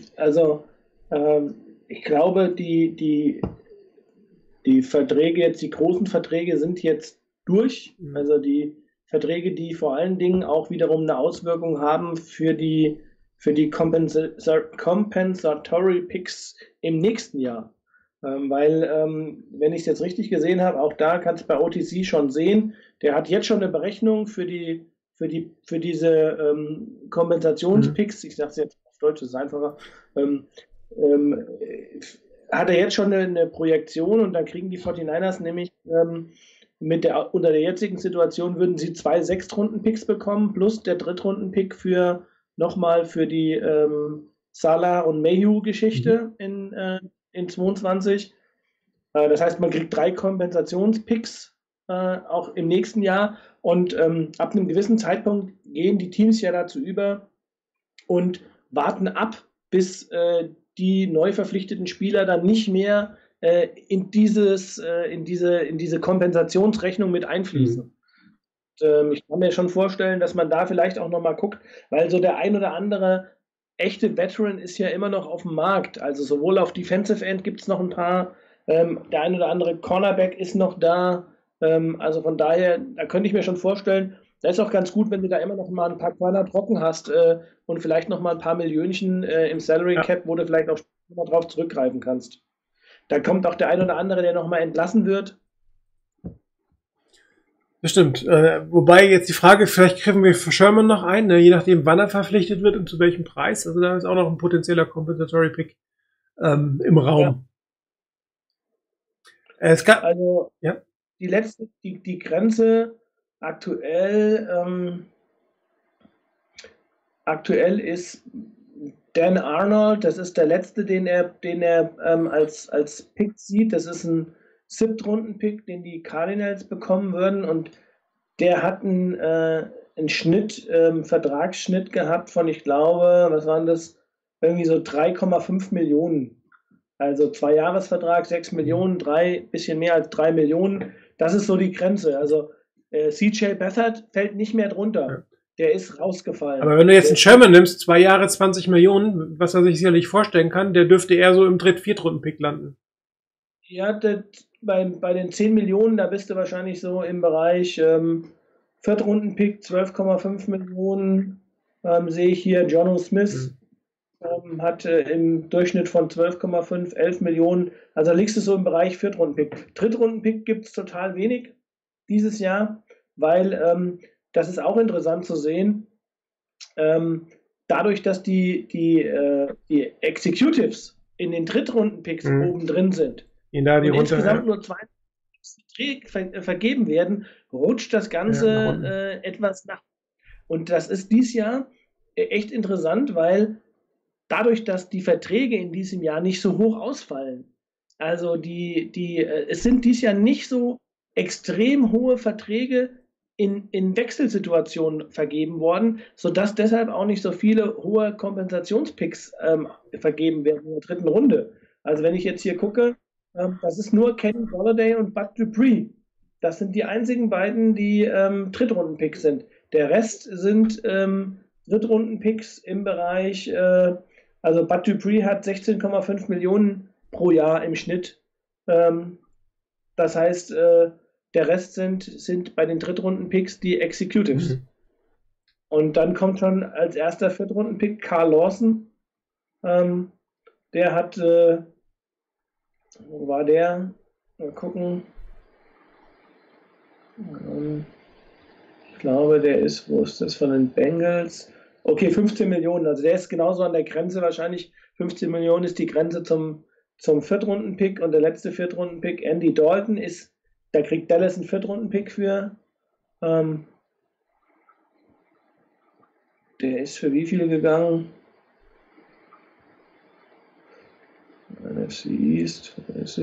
ich glaube, die Verträge jetzt, die großen Verträge sind jetzt durch. Also die Verträge, die vor allen Dingen auch wiederum eine Auswirkung haben für die Compensatory Picks im nächsten Jahr. Weil, wenn ich es jetzt richtig gesehen habe, auch da kannst du bei OTC schon sehen, der hat jetzt schon eine Berechnung für diese Kompensationspicks, ich sage es jetzt auf Deutsch, das ist einfacher, hat er jetzt schon eine Projektion und dann kriegen die 49ers nämlich unter der jetzigen Situation würden sie 2 Sechstrunden-Picks bekommen, plus der Drittrunden-Pick nochmal für die Salah und Mayhew-Geschichte in 22. Das heißt, man kriegt 3 Kompensationspicks auch im nächsten Jahr und ab einem gewissen Zeitpunkt gehen die Teams ja dazu über und warten ab, bis die neu verpflichteten Spieler dann nicht mehr in diese Kompensationsrechnung mit einfließen. Ich kann mir schon vorstellen, dass man da vielleicht auch nochmal guckt, weil so der ein oder andere echte Veteran ist ja immer noch auf dem Markt. Also sowohl auf Defensive End gibt es noch ein paar, der ein oder andere Cornerback ist noch da. Also von daher, da könnte ich mir schon vorstellen, da ist auch ganz gut, wenn du da immer noch mal ein paar Corner trocken hast und vielleicht noch mal ein paar Millionchen im Salary Cap, wo du vielleicht auch mal drauf zurückgreifen kannst. Da kommt auch der ein oder andere, der noch mal entlassen wird. Das stimmt. Wobei jetzt die Frage, vielleicht kriegen wir für Sherman noch ein, ne? Je nachdem, wann er verpflichtet wird und zu welchem Preis. Also da ist auch noch ein potenzieller Compensatory Pick im Raum. Ja. Also die Grenze aktuell ist Dan Arnold, das ist der letzte, den er als Pick sieht. Das ist ein 7-Runden-Pick, den die Cardinals bekommen würden und der hat einen Vertragsschnitt gehabt von, ich glaube, was waren das? Irgendwie so 3,5 Millionen. Also 2-Jahres-Vertrag, 6 Millionen, bisschen mehr als 3 Millionen. Das ist so die Grenze. Also CJ Beathard fällt nicht mehr drunter. Ja. Der ist rausgefallen. Aber wenn du jetzt einen Sherman nimmst, 2 Jahre, 20 Millionen, was er sich sicherlich vorstellen kann, der dürfte eher so im Dritt-Viertrunden-Pick landen. Ja, bei den 10 Millionen, da bist du wahrscheinlich so im Bereich Viertrunden-Pick, 12,5 Millionen, sehe ich hier. Jono Smith hat im Durchschnitt von 12,5, 11 Millionen. Also liegst du so im Bereich Viertrunden-Pick. Drittrunden-Pick gibt es total wenig dieses Jahr, weil das ist auch interessant zu sehen. Dadurch, dass die Executives in den Drittrunden-Picks oben drin sind und insgesamt nur 2 vergeben werden, rutscht das Ganze etwas nach. Und das ist dieses Jahr echt interessant, weil dadurch, dass die Verträge in diesem Jahr nicht so hoch ausfallen, also es sind dieses Jahr nicht so extrem hohe Verträge in Wechselsituationen vergeben worden, sodass deshalb auch nicht so viele hohe Kompensationspicks vergeben werden in der dritten Runde. Also wenn ich jetzt hier gucke, das ist nur Kenny Golladay und Bud Dupree. Das sind die einzigen beiden, die Drittrunden-Picks sind. Der Rest sind Drittrunden-Picks im Bereich, also Bud Dupree hat 16,5 Millionen pro Jahr im Schnitt. Das heißt, der Rest sind bei den Drittrunden-Picks die Executives. Und dann kommt schon als erster Viertrunden-Pick Carl Lawson. Der hat, wo war der? Mal gucken. Ich glaube, wo ist das von den Bengals? Okay, 15 Millionen. Also der ist genauso an der Grenze wahrscheinlich. 15 Millionen ist die Grenze zum Viertrunden-Pick und der letzte Viertrunden-Pick, Andy Dalton, da kriegt Dallas einen Viertrunden-Pick für. Der ist für wie viele gegangen? NFC East.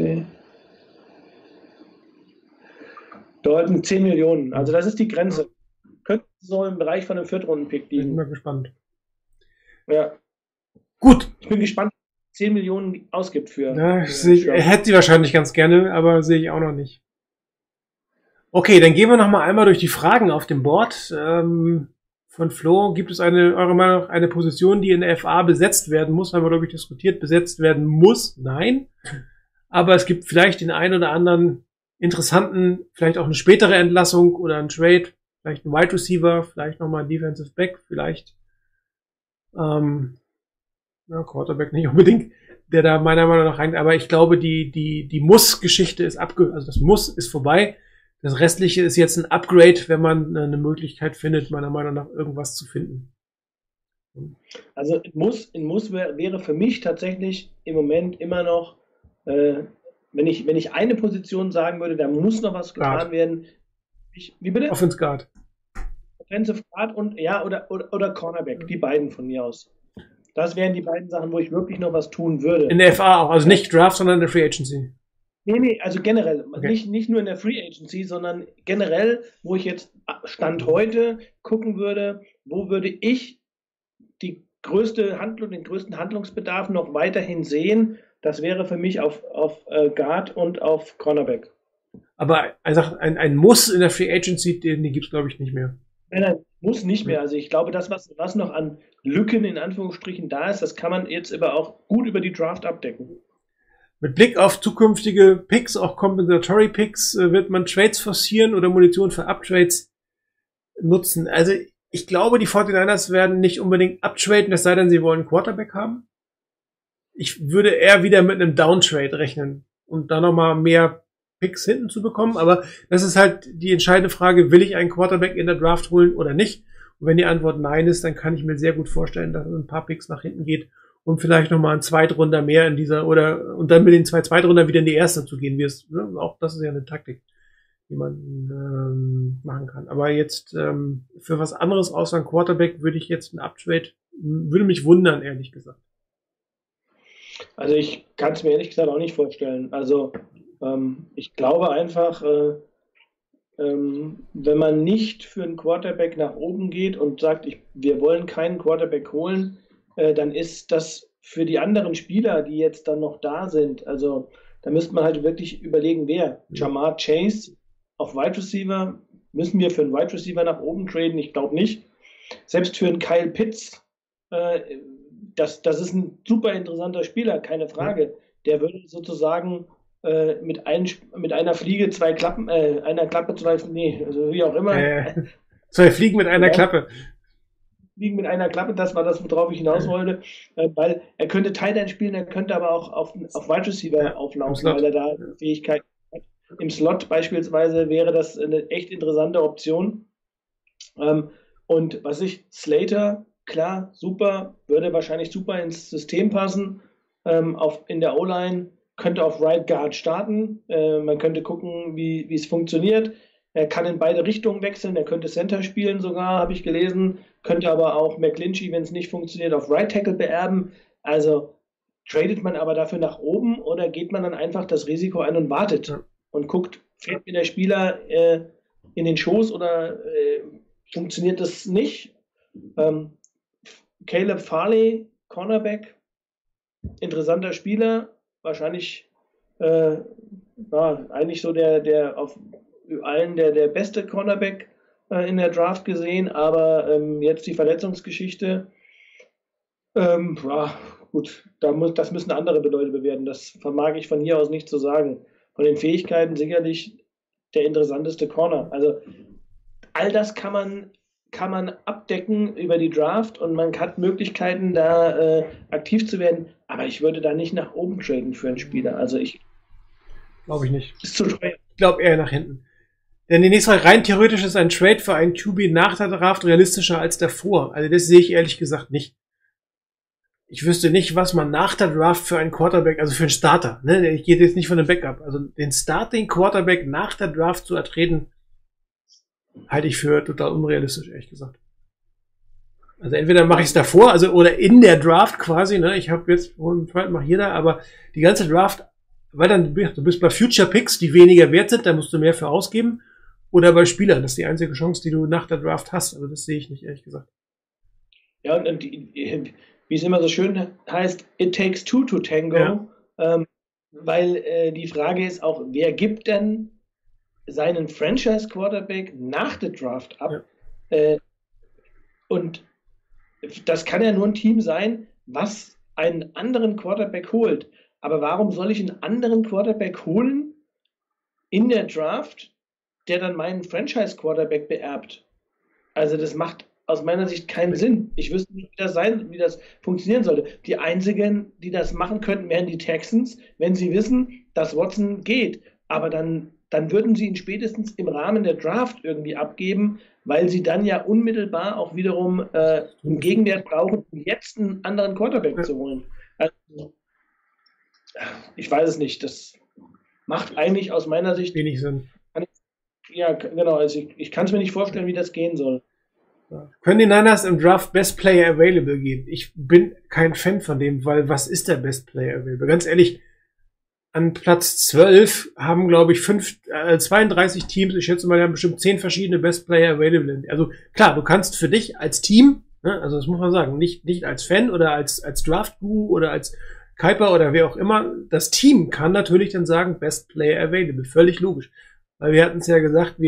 Dalton 10 Millionen. Also das ist die Grenze. Könnte so im Bereich von einem Viertrunden-Pick liegen. Bin mal gespannt. Ja. Gut. Ich bin gespannt, 10 Millionen ausgibt für. Ja, er hätte sie wahrscheinlich ganz gerne, aber sehe ich auch noch nicht. Okay, dann gehen wir noch mal einmal durch die Fragen auf dem Board. Von Flo, gibt es eurer Meinung nach eine Position, die in der FA besetzt werden muss? Haben wir, glaube ich, diskutiert. Besetzt werden muss? Nein. Aber es gibt vielleicht den einen oder anderen interessanten, vielleicht auch eine spätere Entlassung oder ein Trade, vielleicht ein Wide Receiver, vielleicht nochmal ein Defensive Back, vielleicht Ja, Quarterback nicht unbedingt, der da meiner Meinung nach rein, aber ich glaube, die Muss-Geschichte ist also das Muss ist vorbei. Das Restliche ist jetzt ein Upgrade, wenn man eine Möglichkeit findet, meiner Meinung nach irgendwas zu finden. Also ein Muss wäre für mich tatsächlich im Moment immer noch, wenn ich eine Position sagen würde, da muss noch was getan Guard. werden. Wie bitte? Offense Guard. Offensive Guard und ja, oder Cornerback, die beiden von mir aus. Das wären die beiden Sachen, wo ich wirklich noch was tun würde. In der FA auch, also nicht Draft, sondern in der Free Agency. Nee, also generell. Okay. Nicht nur in der Free Agency, sondern generell, wo ich jetzt Stand heute gucken würde, wo würde ich den größten Handlungsbedarf noch weiterhin sehen. Das wäre für mich auf Guard und auf Cornerback. Aber ein Muss in der Free Agency, den gibt es, glaube ich, nicht mehr. Nein, muss nicht mehr. Also ich glaube, das, was noch an Lücken in Anführungsstrichen da ist, das kann man jetzt aber auch gut über die Draft abdecken. Mit Blick auf zukünftige Picks, auch Compensatory Picks, wird man Trades forcieren oder Munition für Uptrades nutzen. Also ich glaube, die 49ers werden nicht unbedingt uptraden, es sei denn, sie wollen einen Quarterback haben. Ich würde eher wieder mit einem Downtrade rechnen und dann nochmal mehr Picks hinten zu bekommen. Aber das ist halt die entscheidende Frage, will ich einen Quarterback in der Draft holen oder nicht? Und wenn die Antwort nein ist, dann kann ich mir sehr gut vorstellen, dass es ein paar Picks nach hinten geht, um vielleicht nochmal einen Zweitrunder mehr in dieser und dann mit den 2 Zweitrunder wieder in die erste zu gehen. Auch das ist ja eine Taktik, die man machen kann. Aber jetzt für was anderes außer ein Quarterback würde ich jetzt einen Uptrade, würde mich wundern, ehrlich gesagt. Also ich kann es mir ehrlich gesagt auch nicht vorstellen. Also ich glaube einfach, wenn man nicht für einen Quarterback nach oben geht und sagt, wir wollen keinen Quarterback holen, dann ist das für die anderen Spieler, die jetzt dann noch da sind, also da müsste man halt wirklich überlegen, wer. Jamar Chase auf Wide Receiver, müssen wir für einen Wide Receiver nach oben traden? Ich glaube nicht. Selbst für einen Kyle Pitts, das ist ein super interessanter Spieler, keine Frage. Der würde sozusagen mit einer Fliege 2 Klappen, einer Klappe 2, also wie auch immer. 2 Fliegen mit einer Klappe. Fliegen mit einer Klappe, das war das, worauf ich hinaus wollte, weil er könnte Tight End spielen, er könnte aber auch auf Wide Receiver auflaufen, weil er da Fähigkeiten hat. Im Slot beispielsweise wäre das eine echt interessante Option. Und Slater, klar, super, würde wahrscheinlich super ins System passen, in der O-Line, könnte auf Right Guard starten, man könnte gucken, wie es funktioniert. Er kann in beide Richtungen wechseln, er könnte Center spielen sogar, habe ich gelesen, könnte aber auch McGlinchey, wenn es nicht funktioniert, auf Right Tackle beerben. Also tradet man aber dafür nach oben oder geht man dann einfach das Risiko ein und wartet und guckt, fällt mir der Spieler in den Schoß oder funktioniert das nicht? Caleb Farley, Cornerback, interessanter Spieler, wahrscheinlich eigentlich so der auf allen der beste Cornerback in der Draft gesehen, aber jetzt die Verletzungsgeschichte, gut, das müssen andere Leute bewerten, das vermag ich von hier aus nicht zu sagen. Von den Fähigkeiten sicherlich der interessanteste Corner. Also all das kann man abdecken über die Draft und man hat Möglichkeiten, da aktiv zu werden, aber ich würde da nicht nach oben traden für einen Spieler. Also glaube ich nicht. Ist zu teuer. Ich glaube eher nach hinten. Denn die nächste Frage, rein theoretisch ist ein Trade für einen QB nach der Draft realistischer als davor. Also das sehe ich ehrlich gesagt nicht. Ich wüsste nicht, was man nach der Draft für einen Quarterback, also für einen Starter, ne? Ich gehe jetzt nicht von einem Backup. Also den Starting Quarterback nach der Draft zu ertreten, halte ich für total unrealistisch, ehrlich gesagt. Also entweder mache ich es davor, also oder in der Draft quasi, ne? Ich habe jetzt mache jeder, aber die ganze Draft, weil dann du bist bei Future Picks, die weniger wert sind, da musst du mehr für ausgeben, oder bei Spielern, das ist die einzige Chance, die du nach der Draft hast. Also das sehe ich nicht, ehrlich gesagt. Ja, und wie es immer so schön heißt, it takes two to tango, weil die Frage ist auch, wer gibt denn seinen Franchise-Quarterback nach der Draft ab? Ja. Und das kann ja nur ein Team sein, was einen anderen Quarterback holt. Aber warum soll ich einen anderen Quarterback holen in der Draft, der dann meinen Franchise-Quarterback beerbt? Also das macht aus meiner Sicht keinen Sinn. Ich wüsste nicht, wie das funktionieren sollte. Die einzigen, die das machen könnten, wären die Texans, wenn sie wissen, dass Watson geht. Aber dann würden sie ihn spätestens im Rahmen der Draft irgendwie abgeben, weil sie dann ja unmittelbar auch wiederum einen Gegenwert brauchen, um jetzt einen anderen Quarterback zu holen. Also, ich weiß es nicht. Das macht eigentlich aus meiner Sicht wenig Sinn. Ja, genau. Also ich kann es mir nicht vorstellen, wie das gehen soll. Ja. Können die Niners im Draft Best Player Available geben? Ich bin kein Fan von dem, weil was ist der Best Player Available? Ganz ehrlich, an Platz 12 haben, glaube ich, 32 Teams, ich schätze mal, die haben bestimmt 10 verschiedene Best Player Available. Also klar, du kannst für dich als Team, ne, also das muss man sagen, nicht als Fan oder als Draft-Guru oder als Kuiper oder wer auch immer, das Team kann natürlich dann sagen, Best Player Available, völlig logisch. Weil wir hatten es ja gesagt,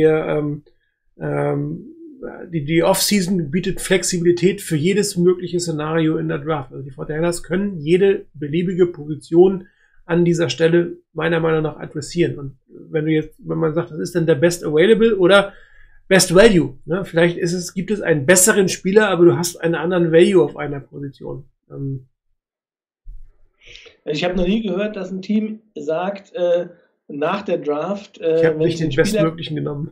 die Offseason bietet Flexibilität für jedes mögliche Szenario in der Draft. Also die 49ers können jede beliebige Position an dieser Stelle meiner Meinung nach adressieren. Und wenn man sagt, das ist dann der Best Available oder Best Value, ne? Vielleicht gibt es einen besseren Spieler, aber du hast einen anderen Value auf einer Position. Ich habe noch nie gehört, dass ein Team sagt, nach der Draft, ich habe nicht den bestmöglichen genommen.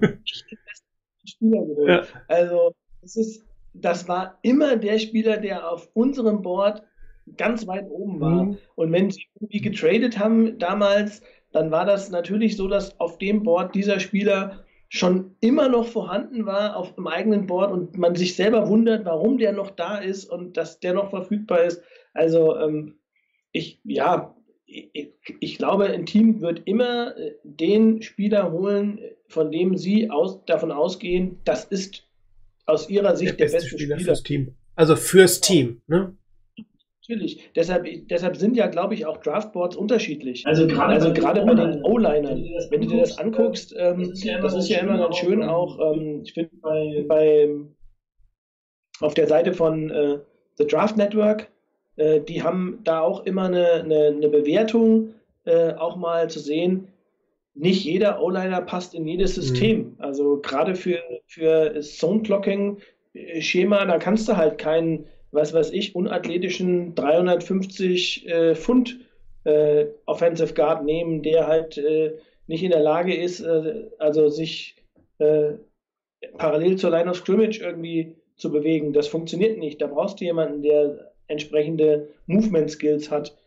Spieler geholt. Ja. Also das war immer der Spieler, der auf unserem Board ganz weit oben war. Und wenn sie irgendwie getradet haben damals, dann war das natürlich so, dass auf dem Board dieser Spieler schon immer noch vorhanden war auf dem eigenen Board und man sich selber wundert, warum der noch da ist und dass der noch verfügbar ist. Also ich glaube, ein Team wird immer den Spieler holen, von dem sie davon ausgehen, das ist aus ihrer Sicht der beste Spieler fürs Team. Also fürs Team, ne? Natürlich. Deshalb sind ja, glaube ich, auch Draftboards unterschiedlich. Also gerade bei den O-Linern, wenn du dir das anguckst, das ist ja immer ganz schön auch, ich finde auf der Seite von The Draft Network, die haben da auch immer eine Bewertung, auch mal zu sehen, nicht jeder O-Liner passt in jedes System. Also gerade für Zone-Blocking-Schema, da kannst du halt keinen, was weiß ich, unathletischen 350 Pfund Offensive Guard nehmen, der halt nicht in der Lage ist, also sich parallel zur Line of Scrimmage irgendwie zu bewegen. Das funktioniert nicht. Da brauchst du jemanden, der entsprechende Movement Skills hat.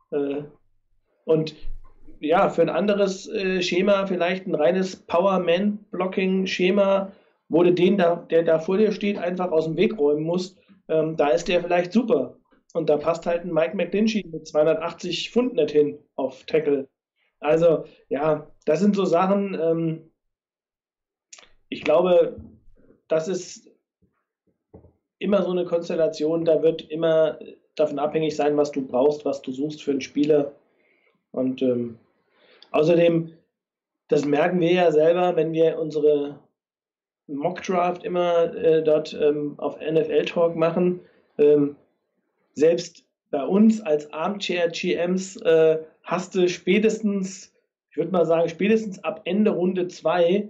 Und ja, für ein anderes Schema, vielleicht ein reines Power-Man-Blocking-Schema, wo du den, der da vor dir steht, einfach aus dem Weg räumen musst, da ist der vielleicht super. Und da passt halt ein Mike McGlinchey mit 280 Pfund nicht hin auf Tackle. Also, ja, das sind so Sachen, ich glaube, das ist immer so eine Konstellation, da wird immer davon abhängig sein, was du brauchst, was du suchst für einen Spieler. Und außerdem, das merken wir ja selber, wenn wir unsere Mock-Draft immer dort auf NFL Talk machen. Selbst bei uns als Armchair-GMs hast du spätestens, ich würde mal sagen, spätestens ab Ende Runde 2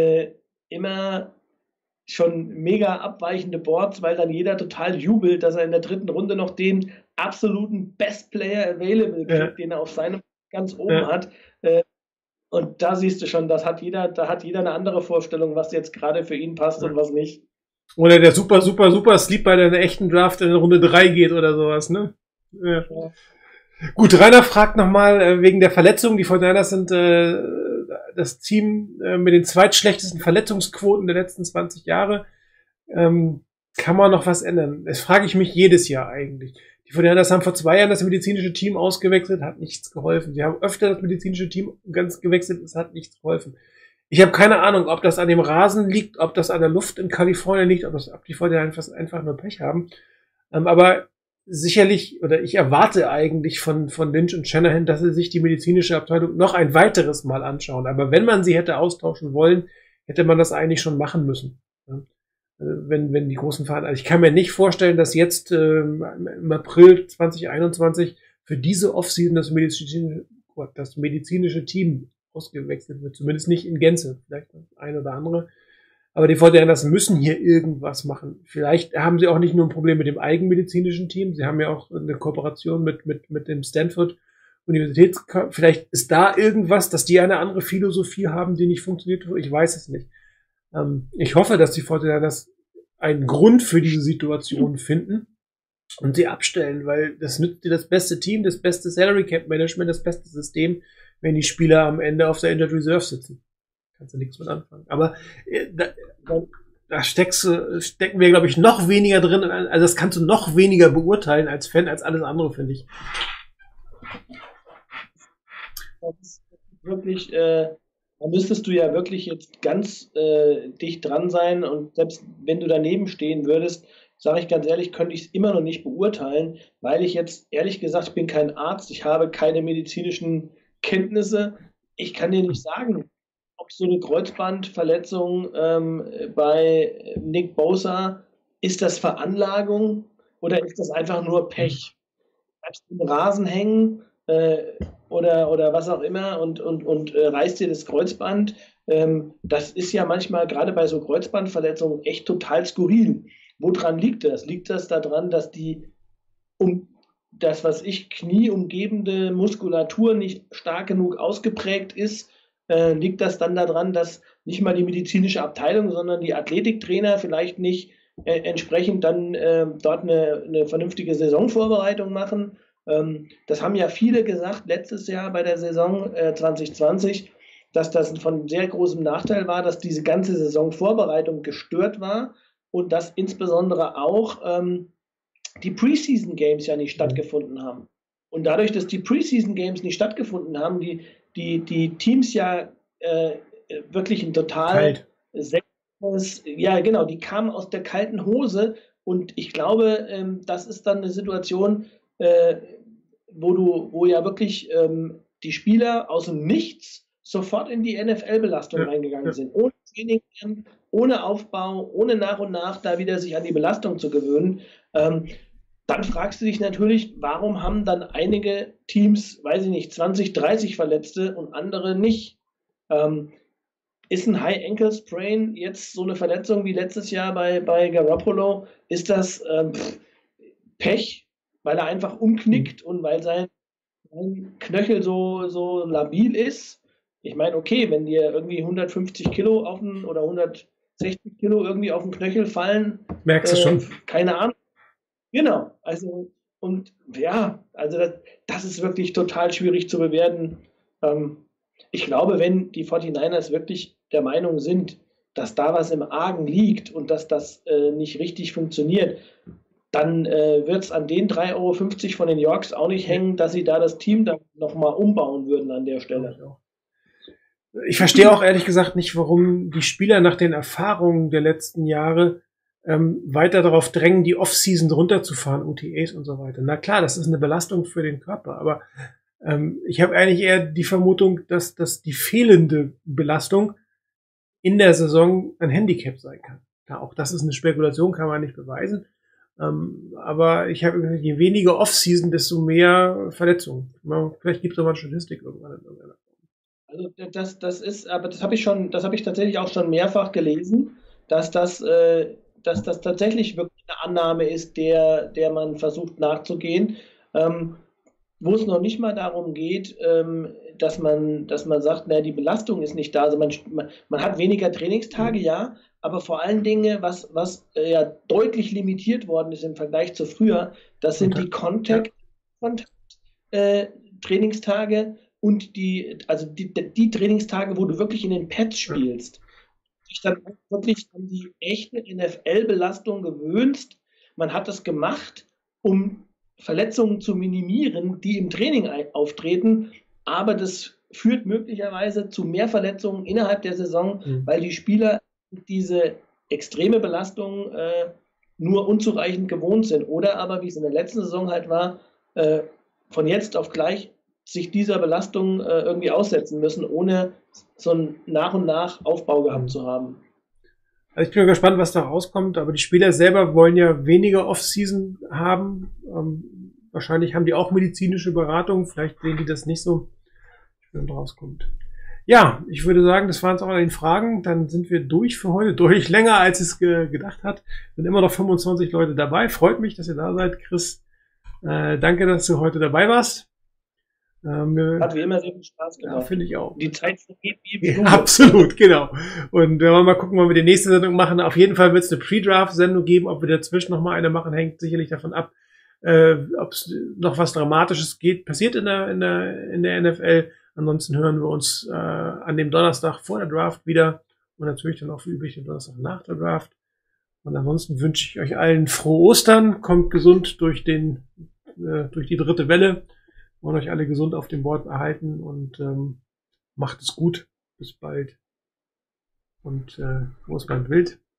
immer schon mega abweichende Boards, weil dann jeder total jubelt, dass er in der 3. Runde noch den absoluten Best Player Available kriegt, den er auf seinem ganz oben hat. Und da siehst du schon, da hat jeder eine andere Vorstellung, was jetzt gerade für ihn passt und was nicht. Oder der super Sleep bei der echten Draft in Runde 3 geht oder sowas, ne? Ja. Gut, Rainer fragt nochmal wegen der Verletzung. Die 49ers sind das Team mit den zweitschlechtesten Verletzungsquoten der letzten 20 Jahre. Kann man noch was ändern? Das frage ich mich jedes Jahr eigentlich. Die 49ers haben vor 2 Jahren das medizinische Team ausgewechselt, hat nichts geholfen. Sie haben öfter das medizinische Team ganz gewechselt, es hat nichts geholfen. Ich habe keine Ahnung, ob das an dem Rasen liegt, ob das an der Luft in Kalifornien liegt, ob die 49ers einfach nur Pech haben. Aber sicherlich, oder ich erwarte eigentlich von Lynch und Shanahan, dass sie sich die medizinische Abteilung noch ein weiteres Mal anschauen. Aber wenn man sie hätte austauschen wollen, hätte man das eigentlich schon machen müssen. Wenn die großen Vereine, also ich kann mir nicht vorstellen, dass jetzt im April 2021 für diese Offseason das medizinische Team ausgewechselt wird, zumindest nicht in Gänze, vielleicht das eine oder andere. Aber die 49ers müssen hier irgendwas machen. Vielleicht haben sie auch nicht nur ein Problem mit dem eigenmedizinischen Team, sie haben ja auch eine Kooperation mit dem Stanford Universitätskörper. Vielleicht ist da irgendwas, dass die eine andere Philosophie haben, die nicht funktioniert. Ich weiß es nicht. Ich hoffe, dass die 49ers einen Grund für diese Situation finden und sie abstellen, weil das nützt dir das beste Team, das beste Salary Cap Management, das beste System, wenn die Spieler am Ende auf der Injured Reserve sitzen. Kannst du nichts mit anfangen. Aber da stecken wir, glaube ich, noch weniger drin. Also das kannst du noch weniger beurteilen als Fan, als alles andere, finde ich. Das ist wirklich, da müsstest du ja wirklich jetzt ganz dicht dran sein und selbst wenn du daneben stehen würdest, sage ich ganz ehrlich, könnte ich es immer noch nicht beurteilen, weil ich jetzt, ehrlich gesagt, ich bin kein Arzt, ich habe keine medizinischen Kenntnisse. Ich kann dir nicht sagen, ob so eine Kreuzbandverletzung bei Nick Bosa, ist das Veranlagung oder ist das einfach nur Pech? Bleibst du im Rasen hängen oder was auch immer und reißt dir das Kreuzband? Das ist ja manchmal gerade bei so Kreuzbandverletzungen echt total skurril. Woran liegt das? Liegt das daran, dass die knieumgebende Muskulatur nicht stark genug ausgeprägt ist? Liegt das dann daran, dass nicht mal die medizinische Abteilung, sondern die Athletiktrainer vielleicht nicht entsprechend dann dort eine vernünftige Saisonvorbereitung machen? Das haben ja viele gesagt letztes Jahr bei der Saison 2020, dass das von sehr großem Nachteil war, dass diese ganze Saisonvorbereitung gestört war und dass insbesondere auch die Preseason Games ja nicht stattgefunden haben. Und dadurch, dass die Preseason Games nicht stattgefunden haben, die Teams ja wirklich ein total ja genau, die kamen aus der kalten Hose und ich glaube, das ist dann eine Situation, wo ja wirklich die Spieler aus dem Nichts sofort in die NFL-Belastung reingegangen sind. Ohne Training, ohne Aufbau, ohne nach und nach da wieder sich an die Belastung zu gewöhnen. Dann fragst du dich natürlich, warum haben dann einige Teams, weiß ich nicht, 20, 30 Verletzte und andere nicht? Ist ein High Ankle Sprain jetzt so eine Verletzung wie letztes Jahr bei Garoppolo? Ist das Pech, weil er einfach umknickt und weil sein Knöchel so labil ist? Ich meine, okay, wenn dir irgendwie 150 Kilo oder 160 Kilo irgendwie auf den Knöchel fallen, merkst du schon. Keine Ahnung. Genau, also und ja, also das ist wirklich total schwierig zu bewerten. Ich glaube, wenn die 49ers wirklich der Meinung sind, dass da was im Argen liegt und dass das nicht richtig funktioniert, dann wird es an den 3,50 Euro von den Yorks auch nicht hängen, dass sie da das Team dann nochmal umbauen würden an der Stelle. Ich verstehe auch ehrlich gesagt nicht, warum die Spieler nach den Erfahrungen der letzten Jahre weiter darauf drängen, die Off-Season runterzufahren, OTAs und so weiter. Na klar, das ist eine Belastung für den Körper, aber ich habe eigentlich eher die Vermutung, dass die fehlende Belastung in der Saison ein Handicap sein kann. Ja, auch das ist eine Spekulation, kann man nicht beweisen. Aber ich habe gesagt, je weniger Off-Season, desto mehr Verletzungen. Vielleicht gibt es aber eine Statistik irgendwann in irgendeiner Form. Also das ist, aber das habe ich tatsächlich auch schon mehrfach gelesen, dass das tatsächlich wirklich eine Annahme ist, der man versucht nachzugehen, wo es noch nicht mal darum geht, dass man sagt, naja, die Belastung ist nicht da. Also man hat weniger Trainingstage, ja, aber vor allen Dingen, was ja deutlich limitiert worden ist im Vergleich zu früher, das sind die Trainingstage und die Trainingstage, wo du wirklich in den Pads spielst. Dich dann wirklich an die echte NFL-Belastung gewöhnst. Man hat das gemacht, um Verletzungen zu minimieren, die im Training auftreten, aber das führt möglicherweise zu mehr Verletzungen innerhalb der Saison, weil die Spieler diese extreme Belastung nur unzureichend gewohnt sind. Oder aber, wie es in der letzten Saison halt war, von jetzt auf gleich sich dieser Belastung irgendwie aussetzen müssen, ohne so einen nach und nach Aufbau gehabt zu haben. Also ich bin gespannt, was da rauskommt, aber die Spieler selber wollen ja weniger Off-Season haben. Wahrscheinlich haben die auch medizinische Beratung, vielleicht sehen die das nicht so. Ich bin rauskommt. Ja, ich würde sagen, das waren es auch an den Fragen. Dann sind wir durch für heute. Deutlich länger, als es gedacht hat. Sind immer noch 25 Leute dabei. Freut mich, dass ihr da seid. Chris, danke, dass du heute dabei warst. Hat wie immer sehr viel Spaß Ja, gemacht. finde ich auch. Die Zeit vergeht wie im Ja, Flug. absolut, genau. Und wir wollen mal gucken, wann wir die nächste Sendung machen. Auf jeden Fall wird es eine Pre-Draft-Sendung geben. Ob wir dazwischen noch mal eine machen, hängt sicherlich davon ab, ob es noch was Dramatisches passiert in der NFL. Ansonsten hören wir uns an dem Donnerstag vor der Draft wieder und natürlich dann auch wie üblich den Donnerstag nach der Draft. Und ansonsten wünsche ich euch allen frohe Ostern. Kommt gesund durch die dritte Welle. Wollen euch alle gesund auf dem Board erhalten und macht es gut. Bis bald. Und wo ist mein Bild?